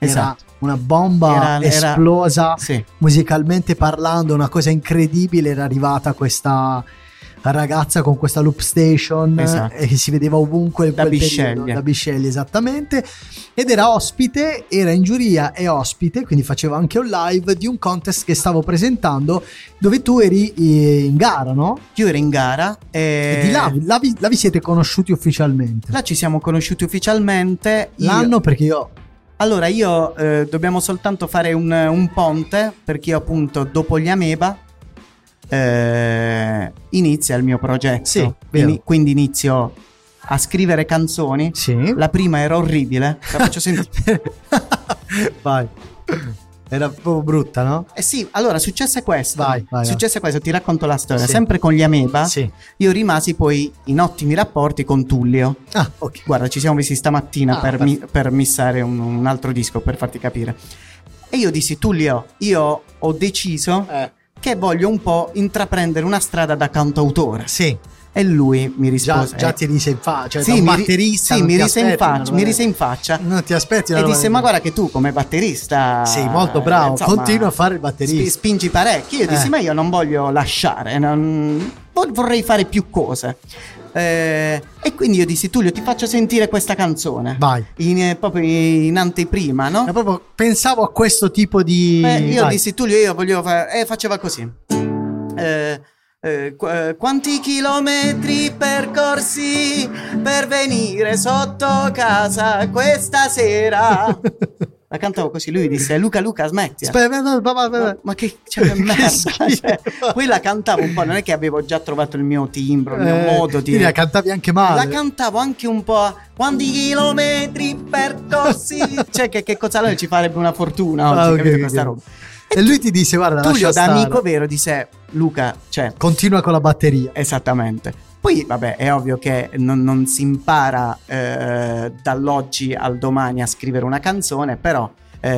Esatto. Era una bomba esplosa, sì. Musicalmente parlando, una cosa incredibile. Era arrivata questa ragazza con questa loop station, esatto. E si vedeva ovunque in da quel Bisceglie. periodo, da Bisceglie, esattamente, ed era in giuria e ospite, quindi faceva anche un live di un contest che stavo presentando, dove tu eri in gara, no? Io ero in gara e di là vi siete conosciuti ufficialmente. Là ci siamo conosciuti ufficialmente. L'anno, perché io dobbiamo soltanto fare un ponte, perché io appunto dopo gli Ameba inizia il mio progetto. Sì, quindi inizio a scrivere canzoni. Sì. La prima era orribile, la faccio sentire. Vai. Era proprio brutta, no? Sì, allora successe questo. Vai. Questo, ti racconto la storia. Sì. Sempre con gli Ameba, sì. Io rimasi poi in ottimi rapporti con Tullio. Ah, ok. Guarda, ci siamo visti stamattina per missare un altro disco, per farti capire. E io dissi: Tullio, io ho deciso che voglio un po' intraprendere una strada da cantautore. Sì. E lui mi rispose: già ti rise in faccia, sì, batterista. Sì, mi rise in faccia. Non ti aspetti. E disse: ma guarda che tu come batterista sei molto bravo, insomma, continua a fare il batterista. Spingi parecchio. Io dissi: ma io non voglio lasciare, vorrei fare più cose. E quindi io dissi: Tullio, ti faccio sentire questa canzone. Vai. Proprio in anteprima, no? Proprio pensavo a questo tipo di. Io dissi: Tullio, io voglio fare. Faceva così. Quanti chilometri percorsi per venire sotto casa questa sera? La cantavo così, lui disse: Luca, smetti. Ma che merda. Poi la cantavo un po', non è che avevo già trovato il mio timbro, il mio modo di. La cantavi anche male. La cantavo anche un po'. Quanti chilometri percorsi? Cioè, che cosa ci farebbe una fortuna oggi, capito, questa roba. E lui ti disse: guarda, Tullio, da amico vero, disse: Luca, cioè, continua con la batteria. Esattamente. Poi vabbè, è ovvio che non si impara dall'oggi al domani a scrivere una canzone, però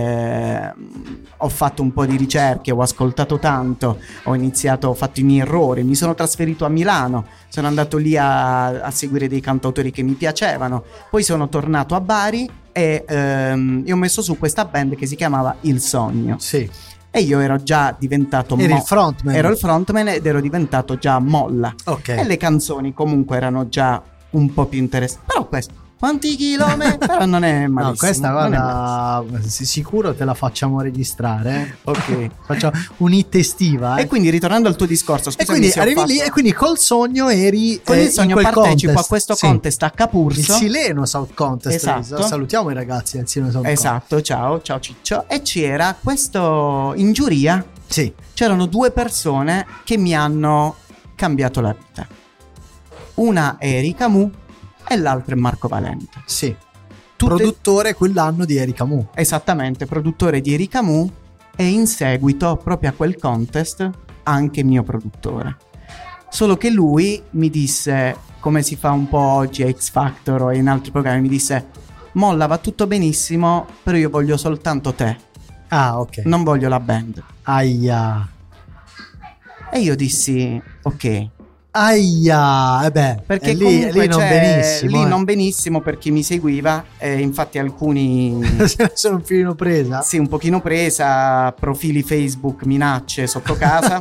ho fatto un po' di ricerche, ho ascoltato tanto, ho fatto i miei errori, mi sono trasferito a Milano, sono andato lì a seguire dei cantautori che mi piacevano, poi sono tornato a Bari e ho messo su questa band che si chiamava Il Sogno. Sì. E io ero già diventato il frontman. Ero il frontman ed ero diventato già Molla. Ok. E le canzoni comunque erano già un po' più interessanti. Però questo, quanti chilometri? Però non è malissimo. No, questa guarda, sicuro te la facciamo registrare. Ok. Facciamo un'hit estiva. E quindi ritornando al tuo discorso, scusami, e quindi arrivi lì e quindi col Sogno eri con il Sogno partecipo contest. A questo contest a Capurso, il Sileno South Contest. Esatto. Salutiamo i ragazzi del Sileno South Esatto, Contest. ciao Ciccio. E c'era questo in giuria. Sì. C'erano due persone che mi hanno cambiato la vita. Una è Erika Mu e l'altro è Marco Valente. Sì. Produttore quell'anno di Erika Mu. Esattamente, produttore di Erika Mu e in seguito proprio a quel contest anche mio produttore. Solo che lui mi disse, come si fa un po' oggi a X Factor o in altri programmi, mi disse: Molla, va tutto benissimo, però io voglio soltanto te. Ah, ok. Non voglio la band. Aia. E io dissi: ok. Aia, perché lì non benissimo. Lì non benissimo per chi mi seguiva, infatti alcuni sono un filino presa. Sì, un pochino presa, profili Facebook, minacce sotto casa,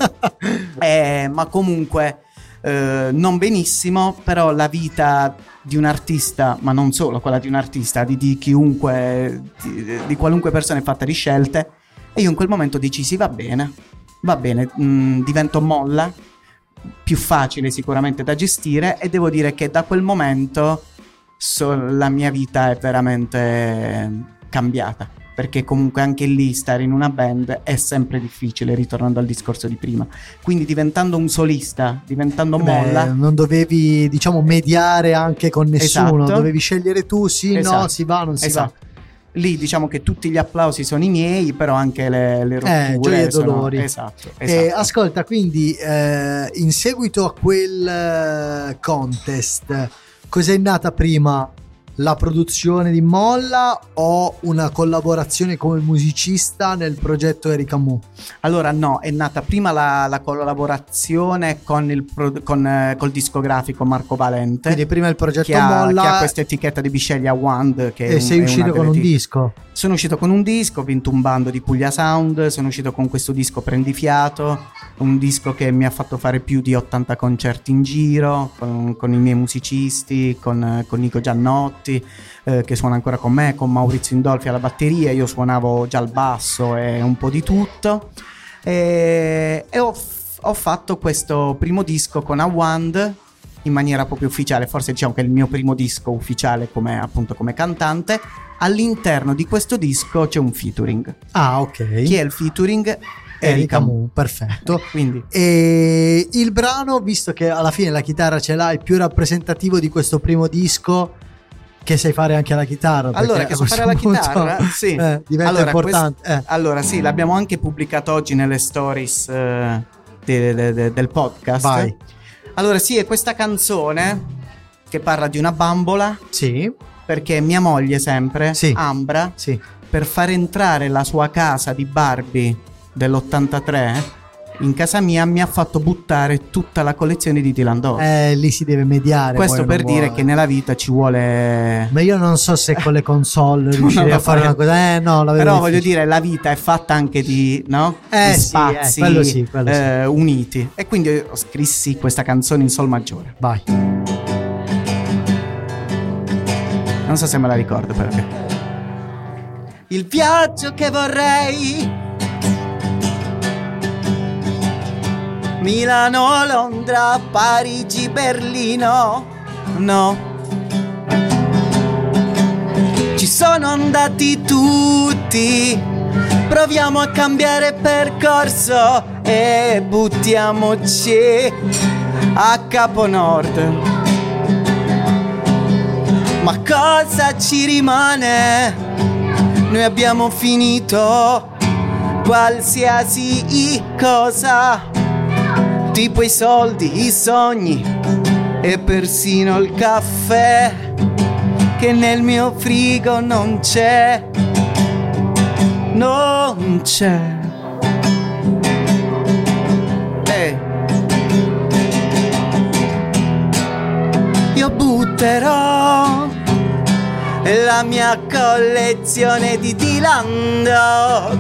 ma comunque non benissimo. Però la vita di un artista, ma non solo quella di un artista, di chiunque, di qualunque persona è fatta di scelte, e io in quel momento decisi: va bene, divento Molla, più facile sicuramente da gestire, e devo dire che da quel momento la mia vita è veramente cambiata, perché comunque anche lì stare in una band è sempre difficile, ritornando al discorso di prima. Quindi diventando un solista, diventando Molla, non dovevi, diciamo, mediare anche con nessuno. Esatto. Dovevi scegliere tu, sì, esatto. No, si va, non si va. Lì diciamo che tutti gli applausi sono i miei, però anche le rotture, gioie e dolori. Esatto. Ascolta, quindi in seguito a quel contest, cos'è nata prima? la produzione di Molla o una collaborazione come musicista nel progetto Erika Mu? Allora no, è nata prima la collaborazione col discografico Marco Valente. Quindi prima il progetto Molla, che ha questa e etichetta di Bisceglia Wand, che sei uscito con un disco? Sono uscito con un disco, ho vinto un bando di Puglia Sound, sono uscito con questo disco Prendi Fiato, un disco che mi ha fatto fare più di 80 concerti in giro con i miei musicisti, con Nico Giannotti, che suona ancora con me, con Maurizio Indolfi alla batteria. Io suonavo già il basso e un po' di tutto, e ho fatto questo primo disco con Awand in maniera proprio ufficiale. Forse diciamo che è il mio primo disco ufficiale come cantante. All'interno di questo disco c'è un featuring. Ah, ok. Chi è il featuring? Erika Mu, perfetto. Quindi. E il brano, visto che alla fine la chitarra ce l'hai, più rappresentativo di questo primo disco, che sai fare anche la chitarra. Allora, che so fare la chitarra? Sì. Diventa importante. Allora, sì, l'abbiamo anche pubblicato oggi nelle stories del podcast. Vai. Allora, sì, è questa canzone che parla di una bambola. Sì. Perché mia moglie sempre, sì. Ambra, sì. per far entrare la sua casa di Barbie dell'83 in casa mia mi ha fatto buttare tutta la collezione di Dylan Dog. Lì si deve mediare. Questo per dire che nella vita ci vuole. Ma io non so se con le console riuscirei a fare una cosa. No, la vedo però difficile. voglio dire, la vita è fatta anche di, no? Di spazi quello sì. uniti. E quindi io scrissi questa canzone in sol maggiore. Vai. Non so se me la ricordo, però. Il viaggio che vorrei, Milano, Londra, Parigi, Berlino, no. Ci sono andati tutti, proviamo a cambiare percorso e buttiamoci a Capo Nord. Ma cosa ci rimane? Noi abbiamo finito qualsiasi cosa, tipo i soldi, i sogni e persino il caffè che nel mio frigo non c'è, non c'è. Io butterò la mia collezione di Dylan Dog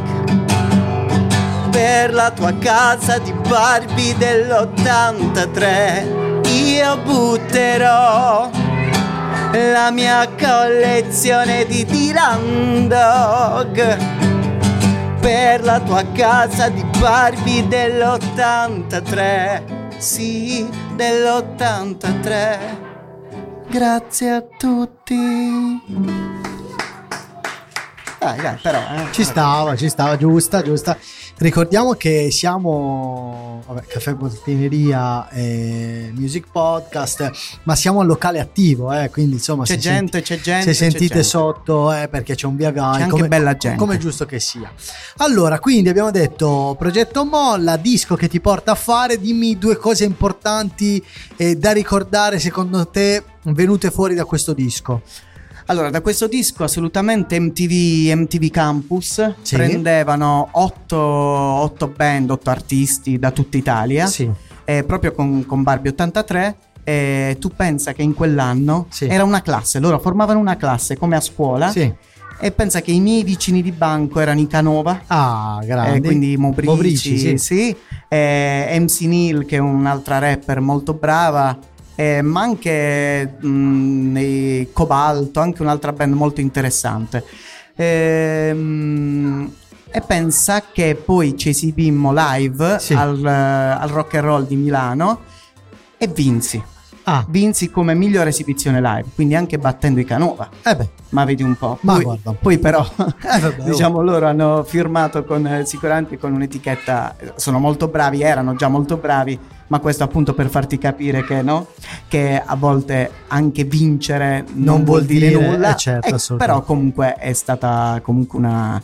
per la tua casa di Barbie dell'83. Io butterò la mia collezione di Dylan Dog per la tua casa di Barbie dell'83. Sì, dell'83. Grazie a tutti. Dai, però. Ci stava, giusta. Ricordiamo che siamo Caffè Portineria e Music Podcast, ma siamo al locale attivo, quindi insomma c'è gente. Se sentite sotto perché c'è un via vai, c'è anche bella gente, come è giusto che sia. Allora, quindi abbiamo detto progetto Molla, disco che ti porta a fare. Dimmi due cose importanti da ricordare secondo te venute fuori da questo disco. Allora, da questo disco assolutamente MTV Campus, sì. Prendevano 8 band, 8 artisti da tutta Italia, sì. Proprio con Barbie 83. E tu pensa che in quell'anno sì. Era una classe, loro formavano una classe come a scuola, sì. E pensa che i miei vicini di banco erano i Canova, grandi. Quindi Mobrici, sì. MC Neil, che è un'altra rapper molto brava, ma anche Cobalto, anche un'altra band molto interessante, e pensa che poi ci esibimmo live, sì. al Rock and Roll di Milano e vinsi come migliore esibizione live, quindi anche battendo i Canova. Ma vedi un po'. Poi però diciamo loro hanno firmato sicuramente con un'etichetta, sono molto bravi, erano già molto bravi, ma questo appunto per farti capire che no, che a volte anche vincere non vuol dire nulla, certo, però comunque è stata comunque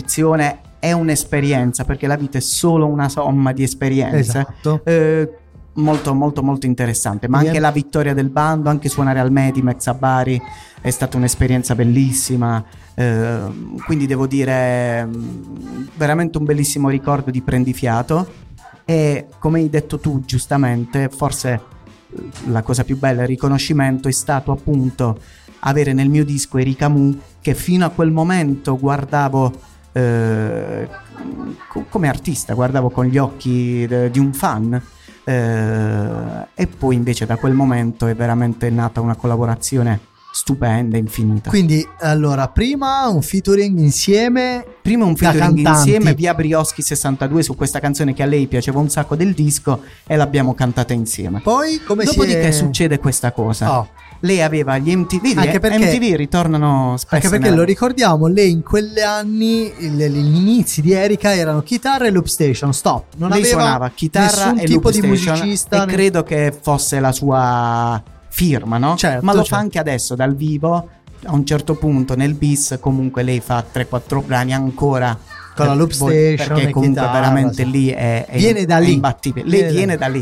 un'esibizione, è un'esperienza, perché la vita è solo una somma di esperienze. Esatto. molto molto molto interessante, ma anche la vittoria del bando, anche suonare al Medimex a Bari è stata un'esperienza bellissima, quindi devo dire veramente un bellissimo ricordo di prendifiato. E come hai detto tu giustamente, forse la cosa più bella, il riconoscimento, è stato appunto avere nel mio disco Erika Mu, che fino a quel momento guardavo come artista, guardavo con gli occhi di un fan, e poi invece da quel momento è veramente nata una collaborazione stupenda, infinita. Quindi allora prima un featuring insieme insieme via Brioschi 62 su questa canzone che a lei piaceva un sacco del disco, e l'abbiamo cantata insieme. Poi dopodiché succede questa cosa. Lei aveva gli MTV, anche perché MTV ritornano spesso, anche perché lo ricordiamo, lei in quegli anni gli inizi di Erika erano chitarra e loop station, stop. Non lei aveva suonava chitarra nessun e tipo loop di station, musicista, e credo che fosse la sua firma, no? Certo, ma lo fa anche adesso dal vivo. A un certo punto nel bis comunque lei fa 3-4 brani ancora con la loop station, perché comunque chitarra, veramente lì è viene da lì, imbattibile. Lei viene da lì.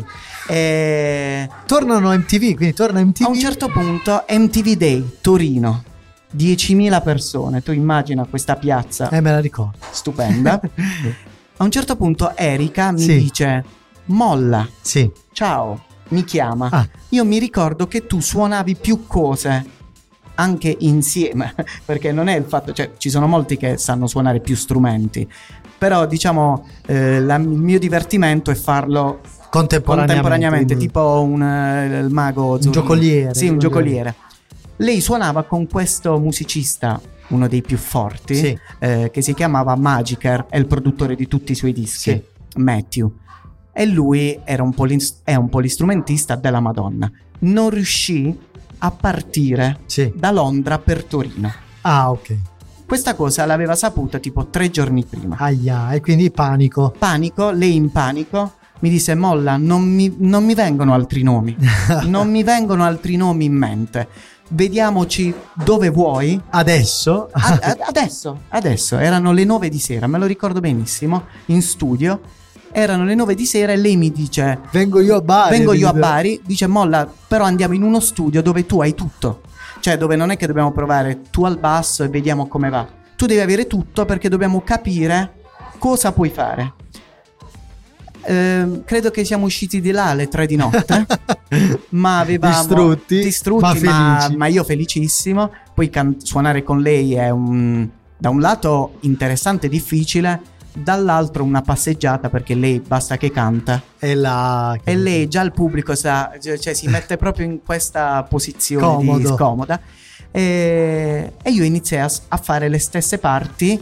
Tornano MTV, quindi torna MTV. A un certo punto MTV Day Torino, 10.000 persone, tu immagina questa piazza, me la ricordo, stupenda. A un certo punto Erika mi dice: molla, ciao, mi chiama. Io mi ricordo che tu suonavi più cose anche insieme, perché non è il fatto, cioè ci sono molti che sanno suonare più strumenti, però diciamo il mio divertimento è farlo contemporaneamente, tipo il mago, un giocoliere. Sì, un giocoliere. Lei suonava con questo musicista, uno dei più forti, che si chiamava Magiker, è il produttore di tutti i suoi dischi, Matthew, e lui è un polistrumentista della Madonna. Non riuscì a partire da Londra per Torino. Ok. Questa cosa l'aveva saputa tipo 3 giorni prima. E quindi panico, lei in panico mi disse: molla, non mi vengono altri nomi. Non mi vengono altri nomi in mente. Vediamoci dove vuoi. Adesso? Adesso. Erano le 9 di sera, me lo ricordo benissimo, in studio. Erano le 9 di sera e lei mi dice: vengo io a Bari. Dice: molla, però andiamo in uno studio dove tu hai tutto. Cioè dove non è che dobbiamo provare tu al basso e vediamo come va. Tu devi avere tutto, perché dobbiamo capire cosa puoi fare. Credo che siamo usciti di là alle 3 di notte, ma avevamo distrutti, ma io felicissimo. Poi suonare con lei è da un lato interessante e difficile, dall'altro una passeggiata, perché lei basta che canta e lei già il pubblico cioè si mette proprio in questa posizione scomoda, e io iniziai a fare le stesse parti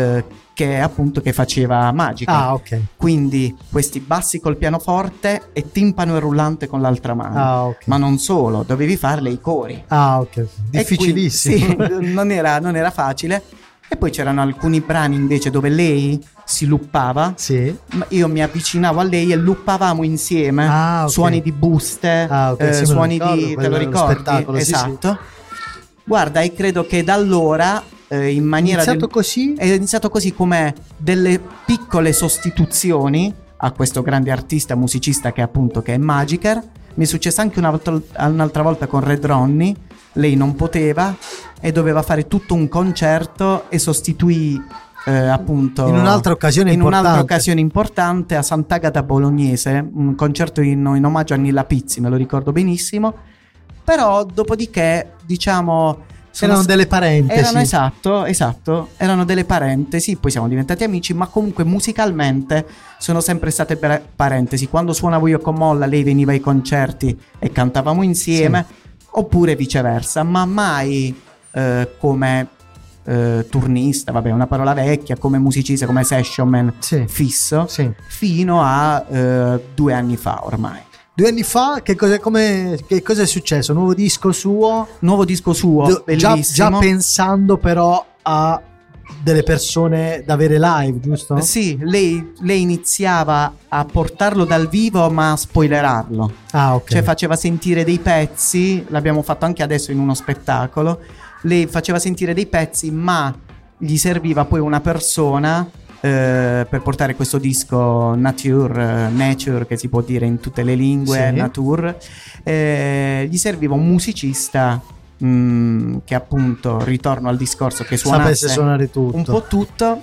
che faceva Magica. Quindi questi bassi col pianoforte e timpano e rullante con l'altra mano. Ma non solo, dovevi farle i cori. Difficilissimo. Quindi, non era facile. E poi c'erano alcuni brani invece dove lei si luppava, io mi avvicinavo a lei e luppavamo insieme, suoni di buste, suoni te lo ricordi? Esatto. Guarda, e credo che da allora in maniera è iniziato così, come delle piccole sostituzioni a questo grande artista musicista che è Magiker. Mi è successo anche un'altra volta con Red Ronnie. Lei non poteva e doveva fare tutto un concerto e sostituì appunto in un'altra occasione importante a Sant'Agata Bolognese, un concerto in omaggio a Nilla Pizzi, me lo ricordo benissimo. Però dopodiché diciamo erano delle parentesi. Esatto, erano delle parentesi. Poi siamo diventati amici, ma comunque musicalmente sono sempre state parentesi. Quando suonavo io con Molla, lei veniva ai concerti e cantavamo insieme, oppure viceversa, ma mai come turnista, vabbè, una parola vecchia, come musicista, come session man fisso, fino a 2 anni fa ormai. 2 anni fa che cosa è successo? Nuovo disco suo, bellissimo. Già pensando però a delle persone da avere live, giusto? Sì, lei iniziava a portarlo dal vivo, ma a spoilerarlo. Cioè faceva sentire dei pezzi, l'abbiamo fatto anche adesso in uno spettacolo. Lei faceva sentire dei pezzi, ma gli serviva poi una persona per portare questo disco Nature, che si può dire in tutte le lingue, sì. Nature. Gli serviva un musicista che appunto, ritorno al discorso, che suonasse sapesse suonare tutto, un po' tutto,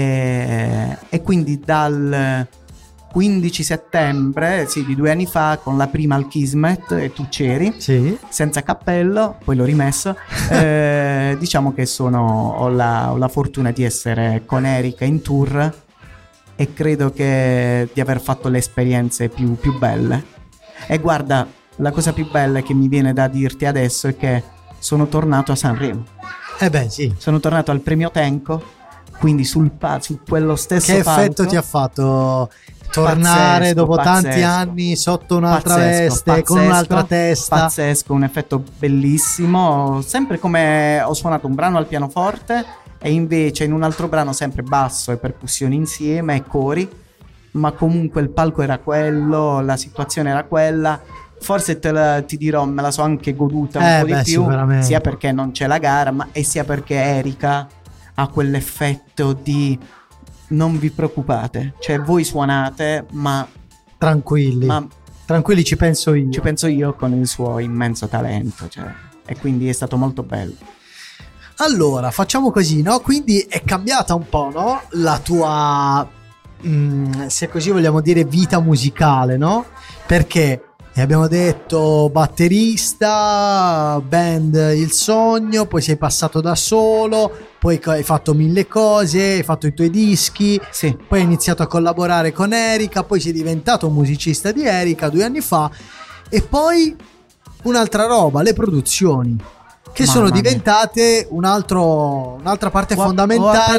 e quindi dal 15 settembre di 2 anni fa, con la prima al Kismet, e tu c'eri, sì. senza cappello, poi l'ho rimesso, diciamo che ho la fortuna di essere con Erika in tour, e credo di aver fatto le esperienze più belle. E guarda, la cosa più bella che mi viene da dirti adesso è che sono tornato a Sanremo. Sì. Sono tornato al premio Tenco, quindi su quello stesso palco. Che palco. effetto ti ha fatto tornare dopo tanti anni sotto un'altra veste, con un'altra testa? Pazzesco, un effetto bellissimo. Sempre come ho suonato un brano al pianoforte e invece in un altro brano sempre basso e percussioni insieme e cori, ma comunque il palco era quello, la situazione era quella. Forse ti dirò, me la so anche goduta un po' di più, sia perché non c'è la gara, e sia perché Erika ha quell'effetto di: non vi preoccupate, cioè voi suonate, ma tranquilli, ci penso io con il suo immenso talento, e quindi è stato molto bello. Allora facciamo così, no? Quindi è cambiata un po', no? La tua se così vogliamo dire vita musicale, no? Perché abbiamo detto batterista, band Il Sogno, poi sei passato da solo, poi hai fatto 1000 cose, hai fatto i tuoi dischi, sì. Poi hai iniziato a collaborare con Erika, poi sei diventato un musicista di Erika 2 anni fa, e poi un'altra roba, le produzioni, che sono diventate un'altra parte fondamentale. Ho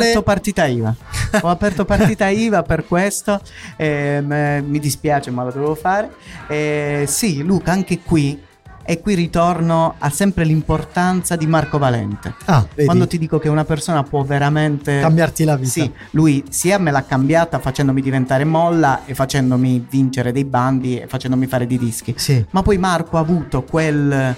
aperto partita IVA per questo, mi dispiace, ma lo devo fare. Sì, Luca, anche qui ritorno a sempre l'importanza di Marco Valente. Vedi? Quando ti dico che una persona può veramente cambiarti la vita. Sì, lui sia me l'ha cambiata facendomi diventare molla e facendomi vincere dei bandi e facendomi fare dei dischi. Sì. Ma poi Marco ha avuto quel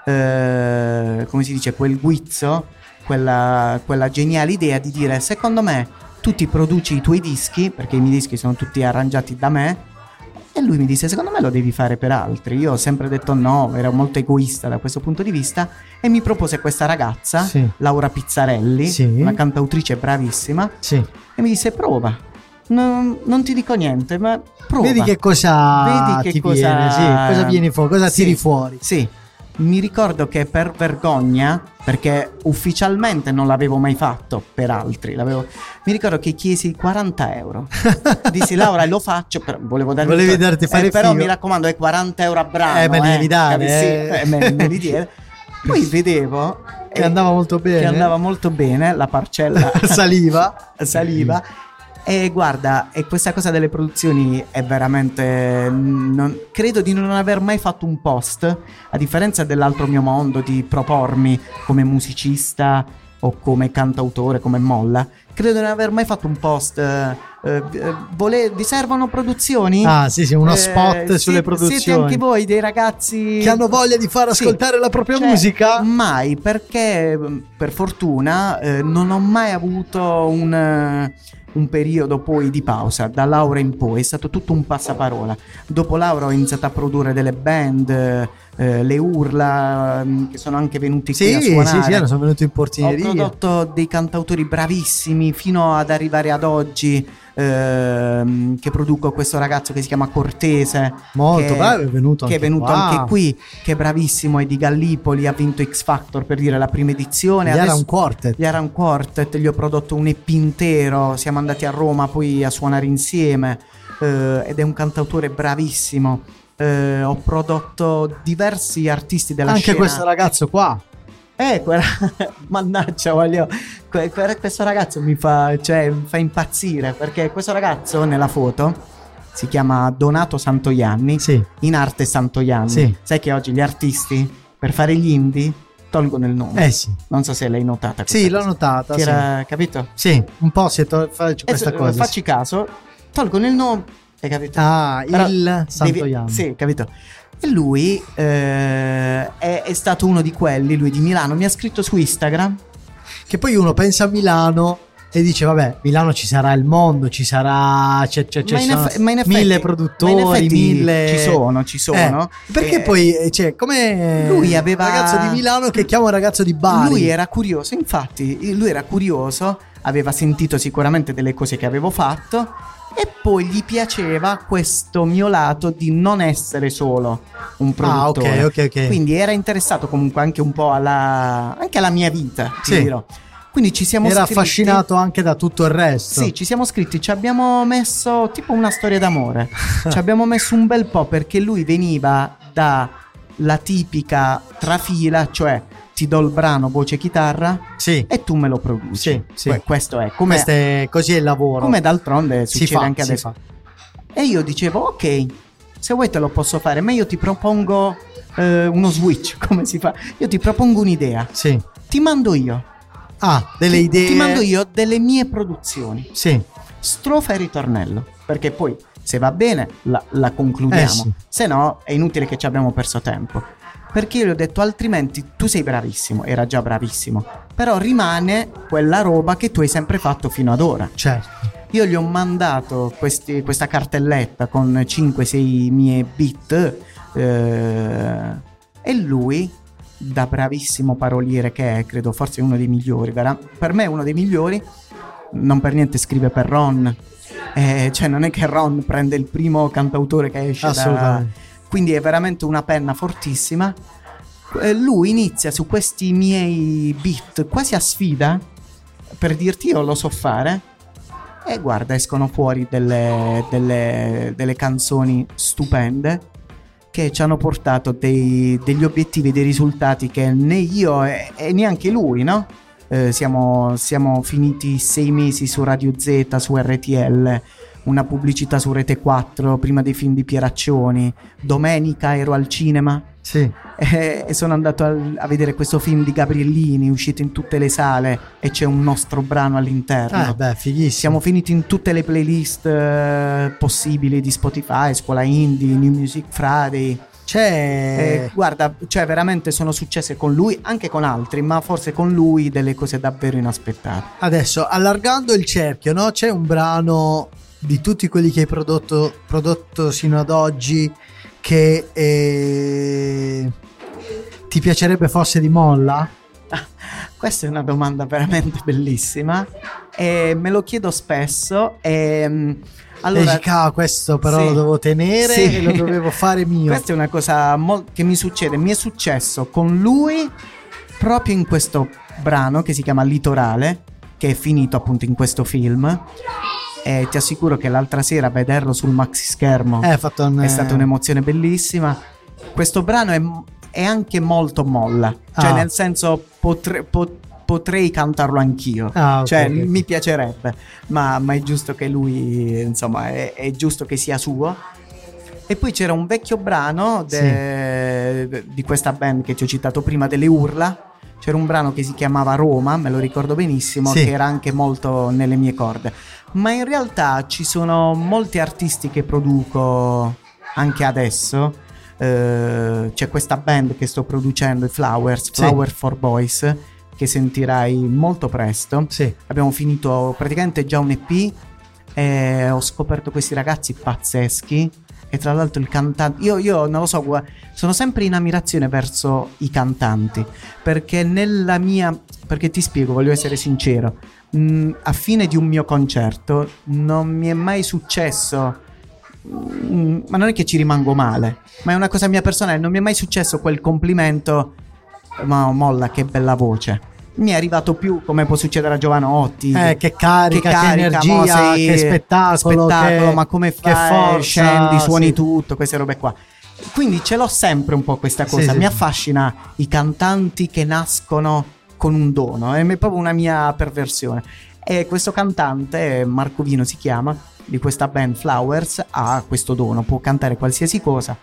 come si dice, quel guizzo, quella geniale idea di dire: secondo me tu ti produci i tuoi dischi, perché i miei dischi sono tutti arrangiati da me. E lui mi disse: secondo me lo devi fare per altri. Io ho sempre detto no, ero molto egoista da questo punto di vista, e mi propose questa ragazza, sì. Laura Pizzarelli, sì. una cantautrice bravissima, sì. E mi disse: prova, non ti dico niente, ma prova, vedi che cosa ti viene, sì. Cosa viene fuori, cosa tiri fuori. Sì. Mi ricordo che per vergogna, perché ufficialmente non l'avevo mai fatto per altri, mi ricordo che chiesi 40 euro. Dissi: Laura, lo faccio, volevi darti fare però figo. Mi raccomando, è 40 euro a brano, me li devi dare, me li diede. Poi vedevo che andava molto bene, la parcella saliva. E guarda, e questa cosa delle produzioni è veramente, credo di non aver mai fatto un post, a differenza dell'altro mio mondo di propormi come musicista o come cantautore, come molla. Credo di non aver mai fatto un post. Vi servono produzioni? Sì, uno spot sulle produzioni. Siete anche voi dei ragazzi che hanno voglia di far ascoltare la propria musica? Mai, perché per fortuna non ho mai avuto un periodo poi di pausa. Da Laura in poi è stato tutto un passaparola. Dopo Laura ho iniziato a produrre delle band, le Urla, che sono anche venuti qui a suonare. Sono venuti in portineria. Ho prodotto dei cantautori bravissimi fino ad arrivare ad oggi, che produco questo ragazzo che si chiama Cortese, molto bravo, è venuto anche qui, che è bravissimo, è di Gallipoli, ha vinto X Factor, per dire, la prima edizione. Gli era un quartet, gli ho prodotto un EP intero, siamo andati a Roma poi a suonare insieme, ed è un cantautore bravissimo. Ho prodotto diversi artisti della scena. Anche questo ragazzo qua, mannaggia, questo ragazzo mi fa impazzire, perché questo ragazzo nella foto si chiama Donato Santoianni, sì. In arte Santoianni, sì. Sai che oggi gli artisti per fare gli indie tolgono il nome, sì. Non so se l'hai notata. Sì, l'ho notata. Ti era capito? Sì, un po' faccio questa cosa. Facci caso, tolgono il nome, hai capito? Il Santoianni. Sì, capito. E lui è stato uno di quelli, lui di Milano, mi ha scritto su Instagram. Che poi uno pensa a Milano e dice vabbè, Milano ci sarà il mondo, ci sarà ma in effetti, mille produttori, mille ci sono perché poi come lui aveva un ragazzo di Milano che chiama un ragazzo di Bari. Lui era curioso, aveva sentito sicuramente delle cose che avevo fatto e poi gli piaceva questo mio lato di non essere solo un produttore. Ok. Quindi era interessato comunque anche un po' anche alla mia vita, ti dirò. Quindi ci siamo Era scritti, affascinato anche da tutto il resto. Sì, ci siamo scritti, ci abbiamo messo tipo una storia d'amore. Ci abbiamo messo un bel po' perché lui veniva dalla tipica trafila, cioè ti do il brano voce chitarra e tu me lo produci. Sì. Questo è così è il lavoro. Come d'altronde succede anche adesso. E io dicevo ok, se vuoi te lo posso fare, ma io ti propongo uno switch, come si fa? Io ti propongo un'idea. Sì. Ti mando io. Delle idee. Ti mando io delle mie produzioni. Sì. Strofa e ritornello. Perché poi se va bene la concludiamo. Se no è inutile che ci abbiamo perso tempo. Perché io gli ho detto altrimenti tu sei bravissimo. Era già bravissimo. Però rimane quella roba che tu hai sempre fatto fino ad ora. Certo. Io gli ho mandato questa cartelletta con 5-6 mie beat e lui, da bravissimo paroliere che è, credo forse uno dei migliori, per me è uno dei migliori, non per niente scrive per Ron, cioè non è che Ron prende il primo cantautore che esce quindi è veramente una penna fortissima. Lui inizia su questi miei beat quasi a sfida, per dirti io lo so fare, e guarda, escono fuori delle canzoni stupende che ci hanno portato degli obiettivi, dei risultati che né io e neanche lui, no? Siamo finiti 6 mesi su Radio Z, su RTL, una pubblicità su Rete 4 prima dei film di Pieraccioni. Domenica ero al cinema e sono andato a vedere questo film di Gabriellini, uscito in tutte le sale, e c'è un nostro brano all'interno. Fighissimo. Siamo finiti in tutte le playlist possibili di Spotify, Scuola Indie, New Music Friday. Guarda, veramente sono successe con lui, anche con altri, ma forse con lui delle cose davvero inaspettate. Adesso, allargando il cerchio, no? C'è un brano di tutti quelli che hai prodotto sino ad oggi che ti piacerebbe fosse di molla? Questa è una domanda veramente bellissima e me lo chiedo spesso. Allora, questo però lo devo tenere e lo dovevo fare mio. Questa è una cosa che mi succede. Mi è successo con lui proprio in questo brano che si chiama Litorale, che è finito appunto in questo film. E ti assicuro che l'altra sera vederlo sul maxi schermo è stata un'emozione bellissima. Questo brano è anche molto molla, cioè nel senso potrei cantarlo anch'io, mi piacerebbe, ma è giusto che lui, insomma, è giusto che sia suo. E poi c'era un vecchio brano di questa band che ti ho citato prima, delle Urla. C'era un brano che si chiamava Roma, me lo ricordo benissimo, che era anche molto nelle mie corde. Ma in realtà ci sono molti artisti che produco anche adesso. C'è questa band che sto producendo, i Flower for Boys, che sentirai molto presto. Abbiamo finito praticamente già un EP e ho scoperto questi ragazzi pazzeschi. E tra l'altro il cantante, io non lo so, sono sempre in ammirazione verso i cantanti, perché perché ti spiego, voglio essere sincero, a fine di un mio concerto non mi è mai successo, ma non è che ci rimango male, ma è una cosa mia personale, non mi è mai successo quel complimento, ma molla, che bella voce. Mi è arrivato più come può succedere a Giovanotti, che carica, che energia, che spettacolo, ma come fai, che forza, scendi, suoni tutto, queste robe qua. Quindi ce l'ho sempre un po' questa cosa, mi affascina i cantanti che nascono con un dono, è proprio una mia perversione. E questo cantante, Marco Vino si chiama, di questa band Flowers, ha questo dono, può cantare qualsiasi cosa.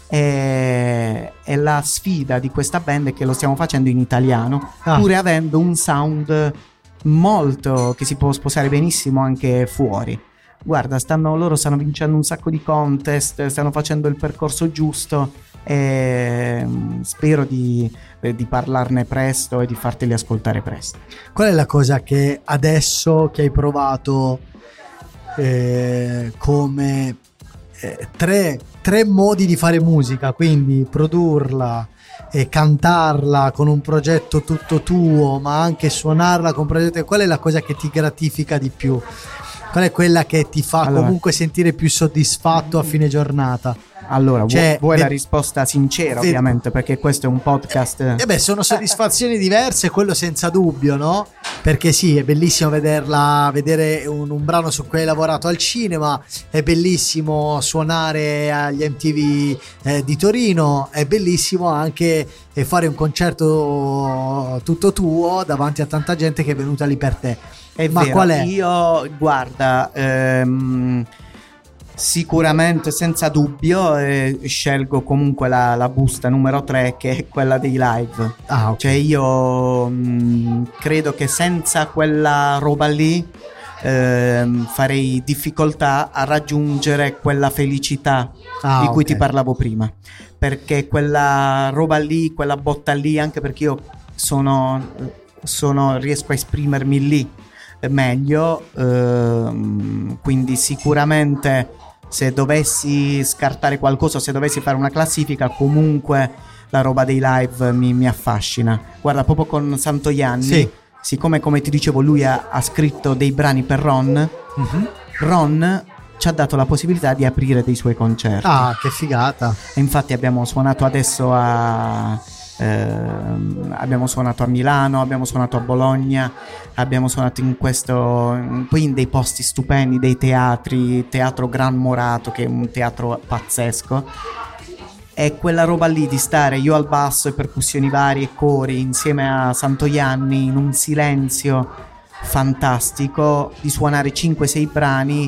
E la sfida di questa band è che lo stiamo facendo in italiano, pur avendo un sound molto che si può sposare benissimo anche fuori. guarda, loro stanno vincendo un sacco di contest, stanno facendo il percorso giusto e spero di parlarne presto e di farteli ascoltare presto. Qual è la cosa che adesso che hai provato come tre modi di fare musica, quindi produrla e cantarla con un progetto tutto tuo, ma anche suonarla con un progetto, qual è la cosa che ti gratifica di più? Qual è quella che ti fa comunque sentire più soddisfatto a fine giornata? Allora, vuoi la risposta sincera, ovviamente, perché questo è un podcast. Sono soddisfazioni diverse, quello senza dubbio, no? Perché sì, è bellissimo vedere un brano su cui hai lavorato al cinema, è bellissimo suonare agli MTV di Torino, è bellissimo anche fare un concerto tutto tuo davanti a tanta gente che è venuta lì per te. Ma vero, qual è? Io, guarda, sicuramente, senza dubbio, scelgo comunque la busta numero 3, che è quella dei live. Okay. Cioè io credo che senza quella roba lì farei difficoltà a raggiungere quella felicità di cui ti parlavo prima, perché quella roba lì, quella botta lì, anche perché io riesco a esprimermi lì meglio, quindi sicuramente se dovessi scartare qualcosa, se dovessi fare una classifica, comunque la roba dei live mi affascina. Guarda, proprio con Santoianni, sì. Siccome, come ti dicevo, lui ha scritto dei brani per Ron, Ron ci ha dato la possibilità di aprire dei suoi concerti. Ah, che figata. E infatti abbiamo suonato adesso abbiamo suonato a Milano, abbiamo suonato a Bologna, abbiamo suonato poi in dei posti stupendi, dei teatro Gran Morato, che è un teatro pazzesco, e quella roba lì di stare io al basso e percussioni varie e cori insieme a Santoianni in un silenzio fantastico, di suonare 5-6 brani,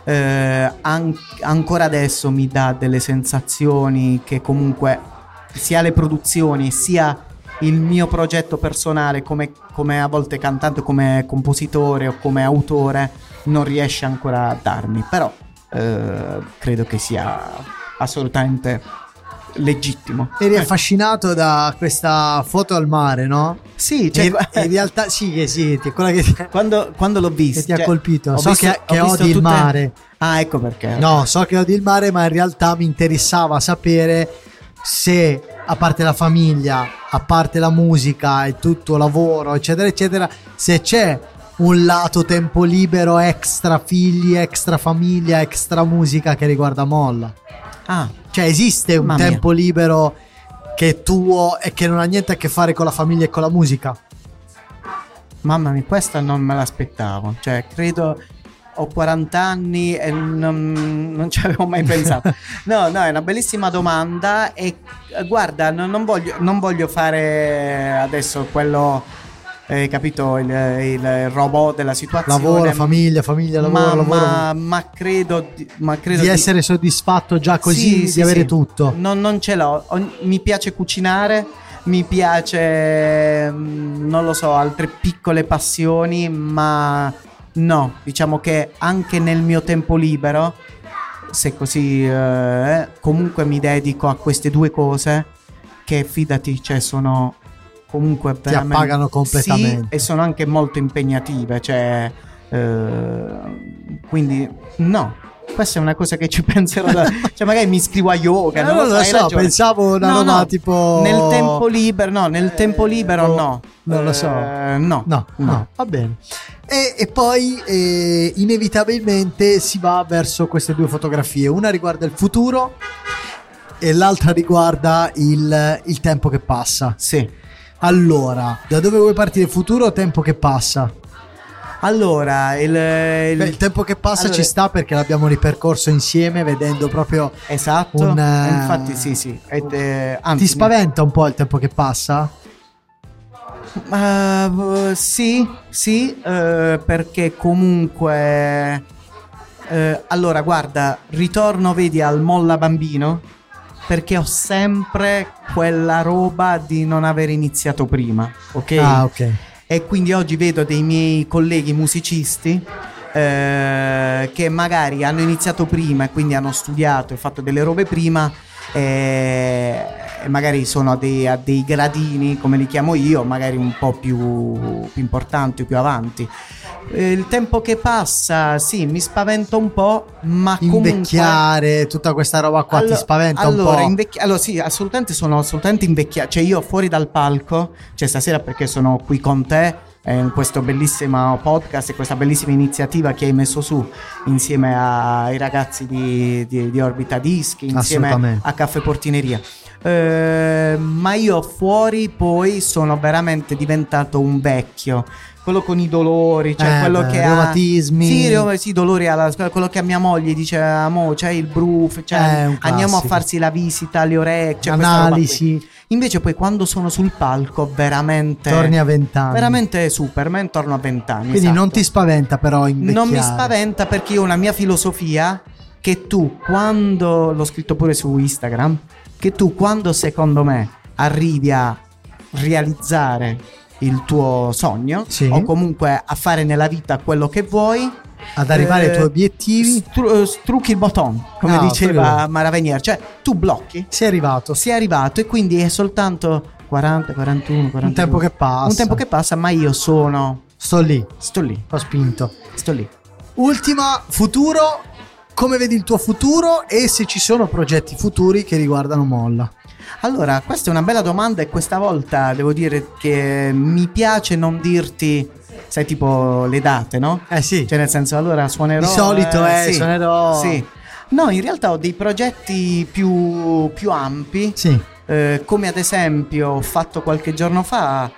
ancora adesso mi dà delle sensazioni che comunque sia le produzioni sia il mio progetto personale come a volte cantante, come compositore o come autore non riesce ancora a darmi, però credo che sia assolutamente legittimo. Eri affascinato da questa foto al mare, no? Sì, cioè, in realtà sì, quella che quando l'ho vista, che ti ha colpito. So che odi il mare. Ah, ecco perché. No, so che odi il mare, ma in realtà mi interessava sapere se, a parte la famiglia, a parte la musica e tutto lavoro, eccetera eccetera, se c'è un lato tempo libero extra figli, extra famiglia, extra musica che riguarda Molla. Cioè esiste un tempo libero che è tuo e che non ha niente a che fare con la famiglia e con la musica? Mamma mia, questa non me l'aspettavo. Cioè, credo, ho 40 anni e non ci avevo mai pensato. No, è una bellissima domanda e guarda, non voglio fare adesso quello, capito, il robot della situazione. Lavoro, famiglia, lavoro. Ma credo di essere soddisfatto già così, di avere tutto. Non ce l'ho. Mi piace cucinare, mi piace, non lo so, altre piccole passioni, ma no, diciamo che anche nel mio tempo libero, se così, comunque mi dedico a queste due cose che, fidati, cioè sono comunque ti appagano completamente, sì, e sono anche molto impegnative, cioè quindi no, questa è una cosa che ci penserò cioè magari mi iscrivo a yoga, non lo so, pensavo una roba tipo nel tempo libero no, non lo so, no, va bene. E poi inevitabilmente si va verso queste due fotografie, una riguarda il futuro e l'altra riguarda il tempo che passa. Sì. Allora, da dove vuoi partire? Futuro o tempo che passa? Allora, il tempo che passa ci sta perché l'abbiamo ripercorso insieme, vedendo proprio. Esatto. Infatti, sì. Ti spaventa un po' il tempo che passa? Sì, perché comunque. Allora, guarda, ritorno, vedi, al Molla bambino. Perché ho sempre quella roba di non aver iniziato prima, ok? Ok. E quindi oggi vedo dei miei colleghi musicisti che magari hanno iniziato prima e quindi hanno studiato e fatto delle robe prima, e magari sono a dei gradini, come li chiamo io, magari un po' più importanti, più avanti. Il tempo che passa, sì, mi spaventa un po', ma invecchiare, comunque, tutta questa roba qua ti spaventa un po'? Allora sì, assolutamente, sono assolutamente invecchiato. Cioè io fuori dal palco, cioè stasera perché sono qui con te in questo bellissimo podcast e questa bellissima iniziativa che hai messo su insieme ai ragazzi di Orbita Dischi, insieme a Caffè Portineria. Ma io fuori poi sono veramente diventato un vecchio, quello con i dolori, cioè quello che ha reumatismi, sì, dolori quello che a mia moglie dice amo, c'è il bruf, cioè andiamo a farsi la visita alle orecchie, cioè analisi. Invece poi quando sono sul palco veramente torni a 20 anni, veramente Superman, torno a 20 anni. Quindi esatto. Non ti spaventa però invecchiare? Non mi spaventa, perché io ho una mia filosofia, che tu quando, l'ho scritto pure su Instagram, che tu quando secondo me arrivi a realizzare il tuo sogno, sì, o comunque a fare nella vita quello che vuoi, ad arrivare ai tuoi obiettivi, strucchi il botton, come diceva Maravenier, cioè tu blocchi, sei arrivato e quindi è soltanto 40, 41, 42, un tempo che passa, ma io sto lì, ho spinto, sto lì. Ultima, futuro, come vedi il tuo futuro e se ci sono progetti futuri che riguardano Molla? Allora, questa è una bella domanda e questa volta devo dire che mi piace non dirti, sai, tipo le date, no? Sì. Cioè nel senso, allora suonerò. Di solito sì, suonerò. Sì. No, in realtà ho dei progetti più ampi. Sì. Come ad esempio ho fatto qualche giorno fa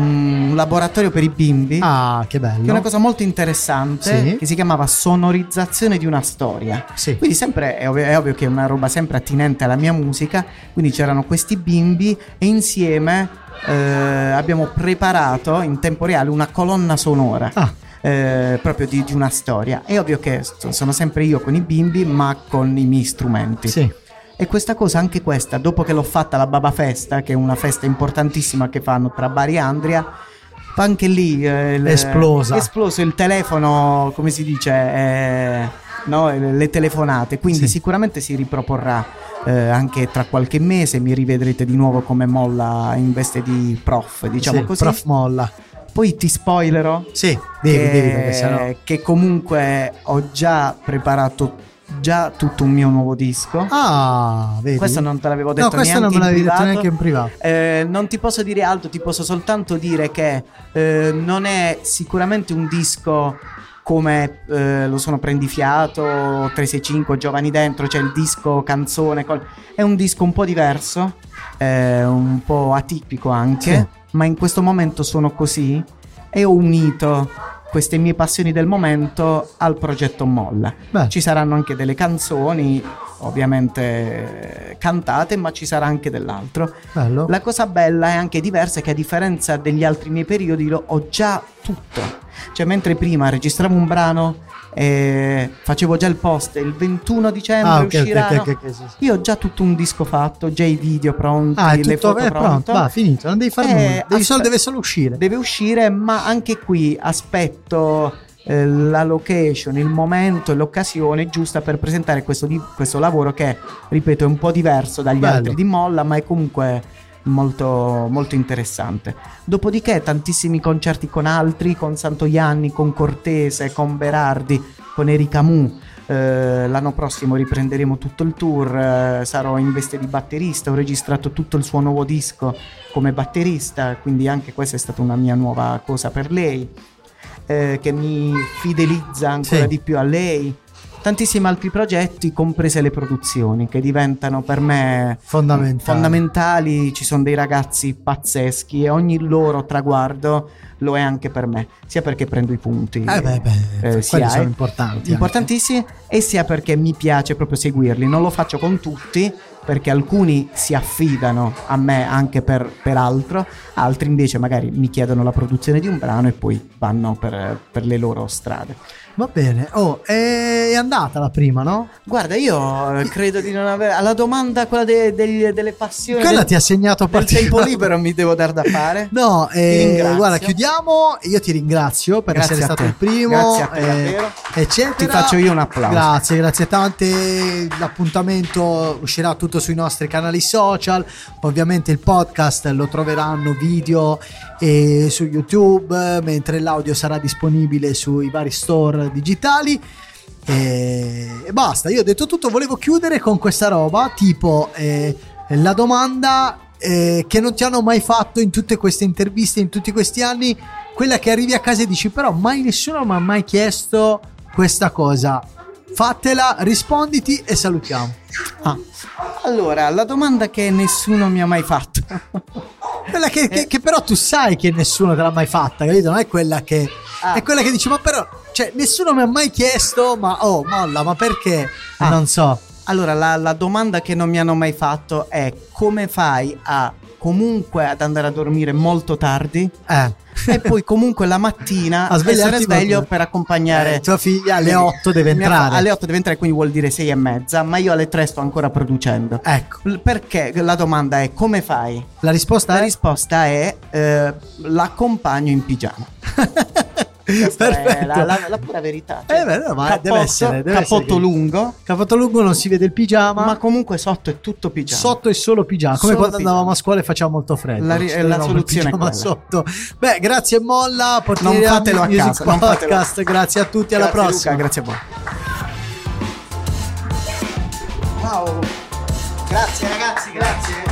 un laboratorio per i bimbi. Ah, che bello. Che è una cosa molto interessante, sì, che si chiamava sonorizzazione di una storia. Sì. Quindi sempre è ovvio che è una roba sempre attinente alla mia musica. Quindi c'erano questi bimbi e insieme abbiamo preparato in tempo reale una colonna sonora. Proprio di una storia. È ovvio che sono sempre io con i bimbi, ma con i miei strumenti. Sì. E questa cosa, anche questa, dopo che l'ho fatta alla Baba Festa, che è una festa importantissima che fanno tra Bari e Andria, anche lì è esploso il telefono, come si dice, no? Le telefonate. Quindi sicuramente si riproporrà anche tra qualche mese. Mi rivedrete di nuovo come Molla in veste di prof, diciamo così. Prof Molla. Poi ti spoilerò devi, che comunque ho già preparato tutto un mio nuovo disco. Vedi? Questo non te l'avevo detto, questo non me l'avevi detto neanche in privato. Non ti posso dire altro, ti posso soltanto dire che non è sicuramente un disco come lo sono Prendifiato, 365, Giovani Dentro, cioè il disco canzone, è un disco un po' diverso, un po' atipico anche, ma in questo momento sono così e ho unito queste mie passioni del momento al progetto Molla. Ci saranno anche delle canzoni ovviamente cantate, ma ci sarà anche dell'altro. Bello. La cosa bella e anche diversa è che a differenza degli altri miei periodi ho già tutto. Cioè mentre prima registravo un brano e facevo già il post, il 21 dicembre uscirà, io ho già tutto un disco fatto, già i video pronti, le foto pronte. Va, finito, non devi fare nulla, deve solo uscire. Deve uscire, ma anche qui aspetto la location, il momento e l'occasione giusta per presentare questo lavoro che, ripeto, è un po' diverso dagli altri di Molla, ma è comunque molto, molto interessante. Dopodiché tantissimi concerti con altri, con Santoianni, con Cortese, con Berardi, con Erika Mu. L'anno prossimo riprenderemo tutto il tour, sarò in veste di batterista, ho registrato tutto il suo nuovo disco come batterista, quindi anche questa è stata una mia nuova cosa per lei, che mi fidelizza ancora di più a lei. Tantissimi altri progetti, comprese le produzioni, che diventano per me fondamentali. Ci sono dei ragazzi pazzeschi e ogni loro traguardo lo è anche per me, sia perché prendo i punti, quelli sono importanti, importantissimi, e sia perché mi piace proprio seguirli. Non lo faccio con tutti, perché alcuni si affidano a me anche per altro, altri invece magari mi chiedono la produzione di un brano e poi vanno per le loro strade. Va bene. Oh, è andata la prima, no? Guarda, io credo di non avere alla domanda quella delle passioni. Quella ti ha segnato del tempo libero mi devo dar da fare. No, guarda, chiudiamo. Io ti ringrazio per essere stato il primo. Grazie a te, davvero. Eccetera. Ti faccio io un applauso. Grazie tante. L'appuntamento uscirà tutto sui nostri canali social. Ovviamente il podcast lo troveranno video su YouTube, mentre l'audio sarà disponibile sui vari store digitali. E basta, io ho detto tutto. Volevo chiudere con questa roba, tipo la domanda che non ti hanno mai fatto in tutte queste interviste, in tutti questi anni, quella che arrivi a casa e dici però mai nessuno mi ha mai chiesto questa cosa. Fatela, risponditi e salutiamo. Allora, la domanda che nessuno mi ha mai fatto. Quella che però tu sai che nessuno te l'ha mai fatta, capito? Non è quella che è quella che dici ma però, cioè, nessuno mi ha mai chiesto, ma molla, ma perché? Non so. Allora, la domanda che non mi hanno mai fatto è: come fai comunque ad andare a dormire molto tardi e poi comunque la mattina a essere sveglio per accompagnare tua figlia alle 8 deve entrare. Alle 8 deve entrare, quindi vuol dire 6:30, ma io alle 3 sto ancora producendo. Ecco. Perché la domanda è: come fai? La risposta è l'accompagno in pigiama. Questa è la pura verità. Ma deve essere cappotto lungo. Cappotto lungo, non si vede il pigiama, ma comunque sotto è tutto pigiama. Sotto è solo pigiama, come quando andavamo a scuola e faceva molto freddo. La soluzione è quella. Sotto. Beh, grazie Molla, non fatelo a casa, non podcast. Grazie a tutti, alla prossima. Luca, grazie a voi. Ciao. Grazie ragazzi, grazie.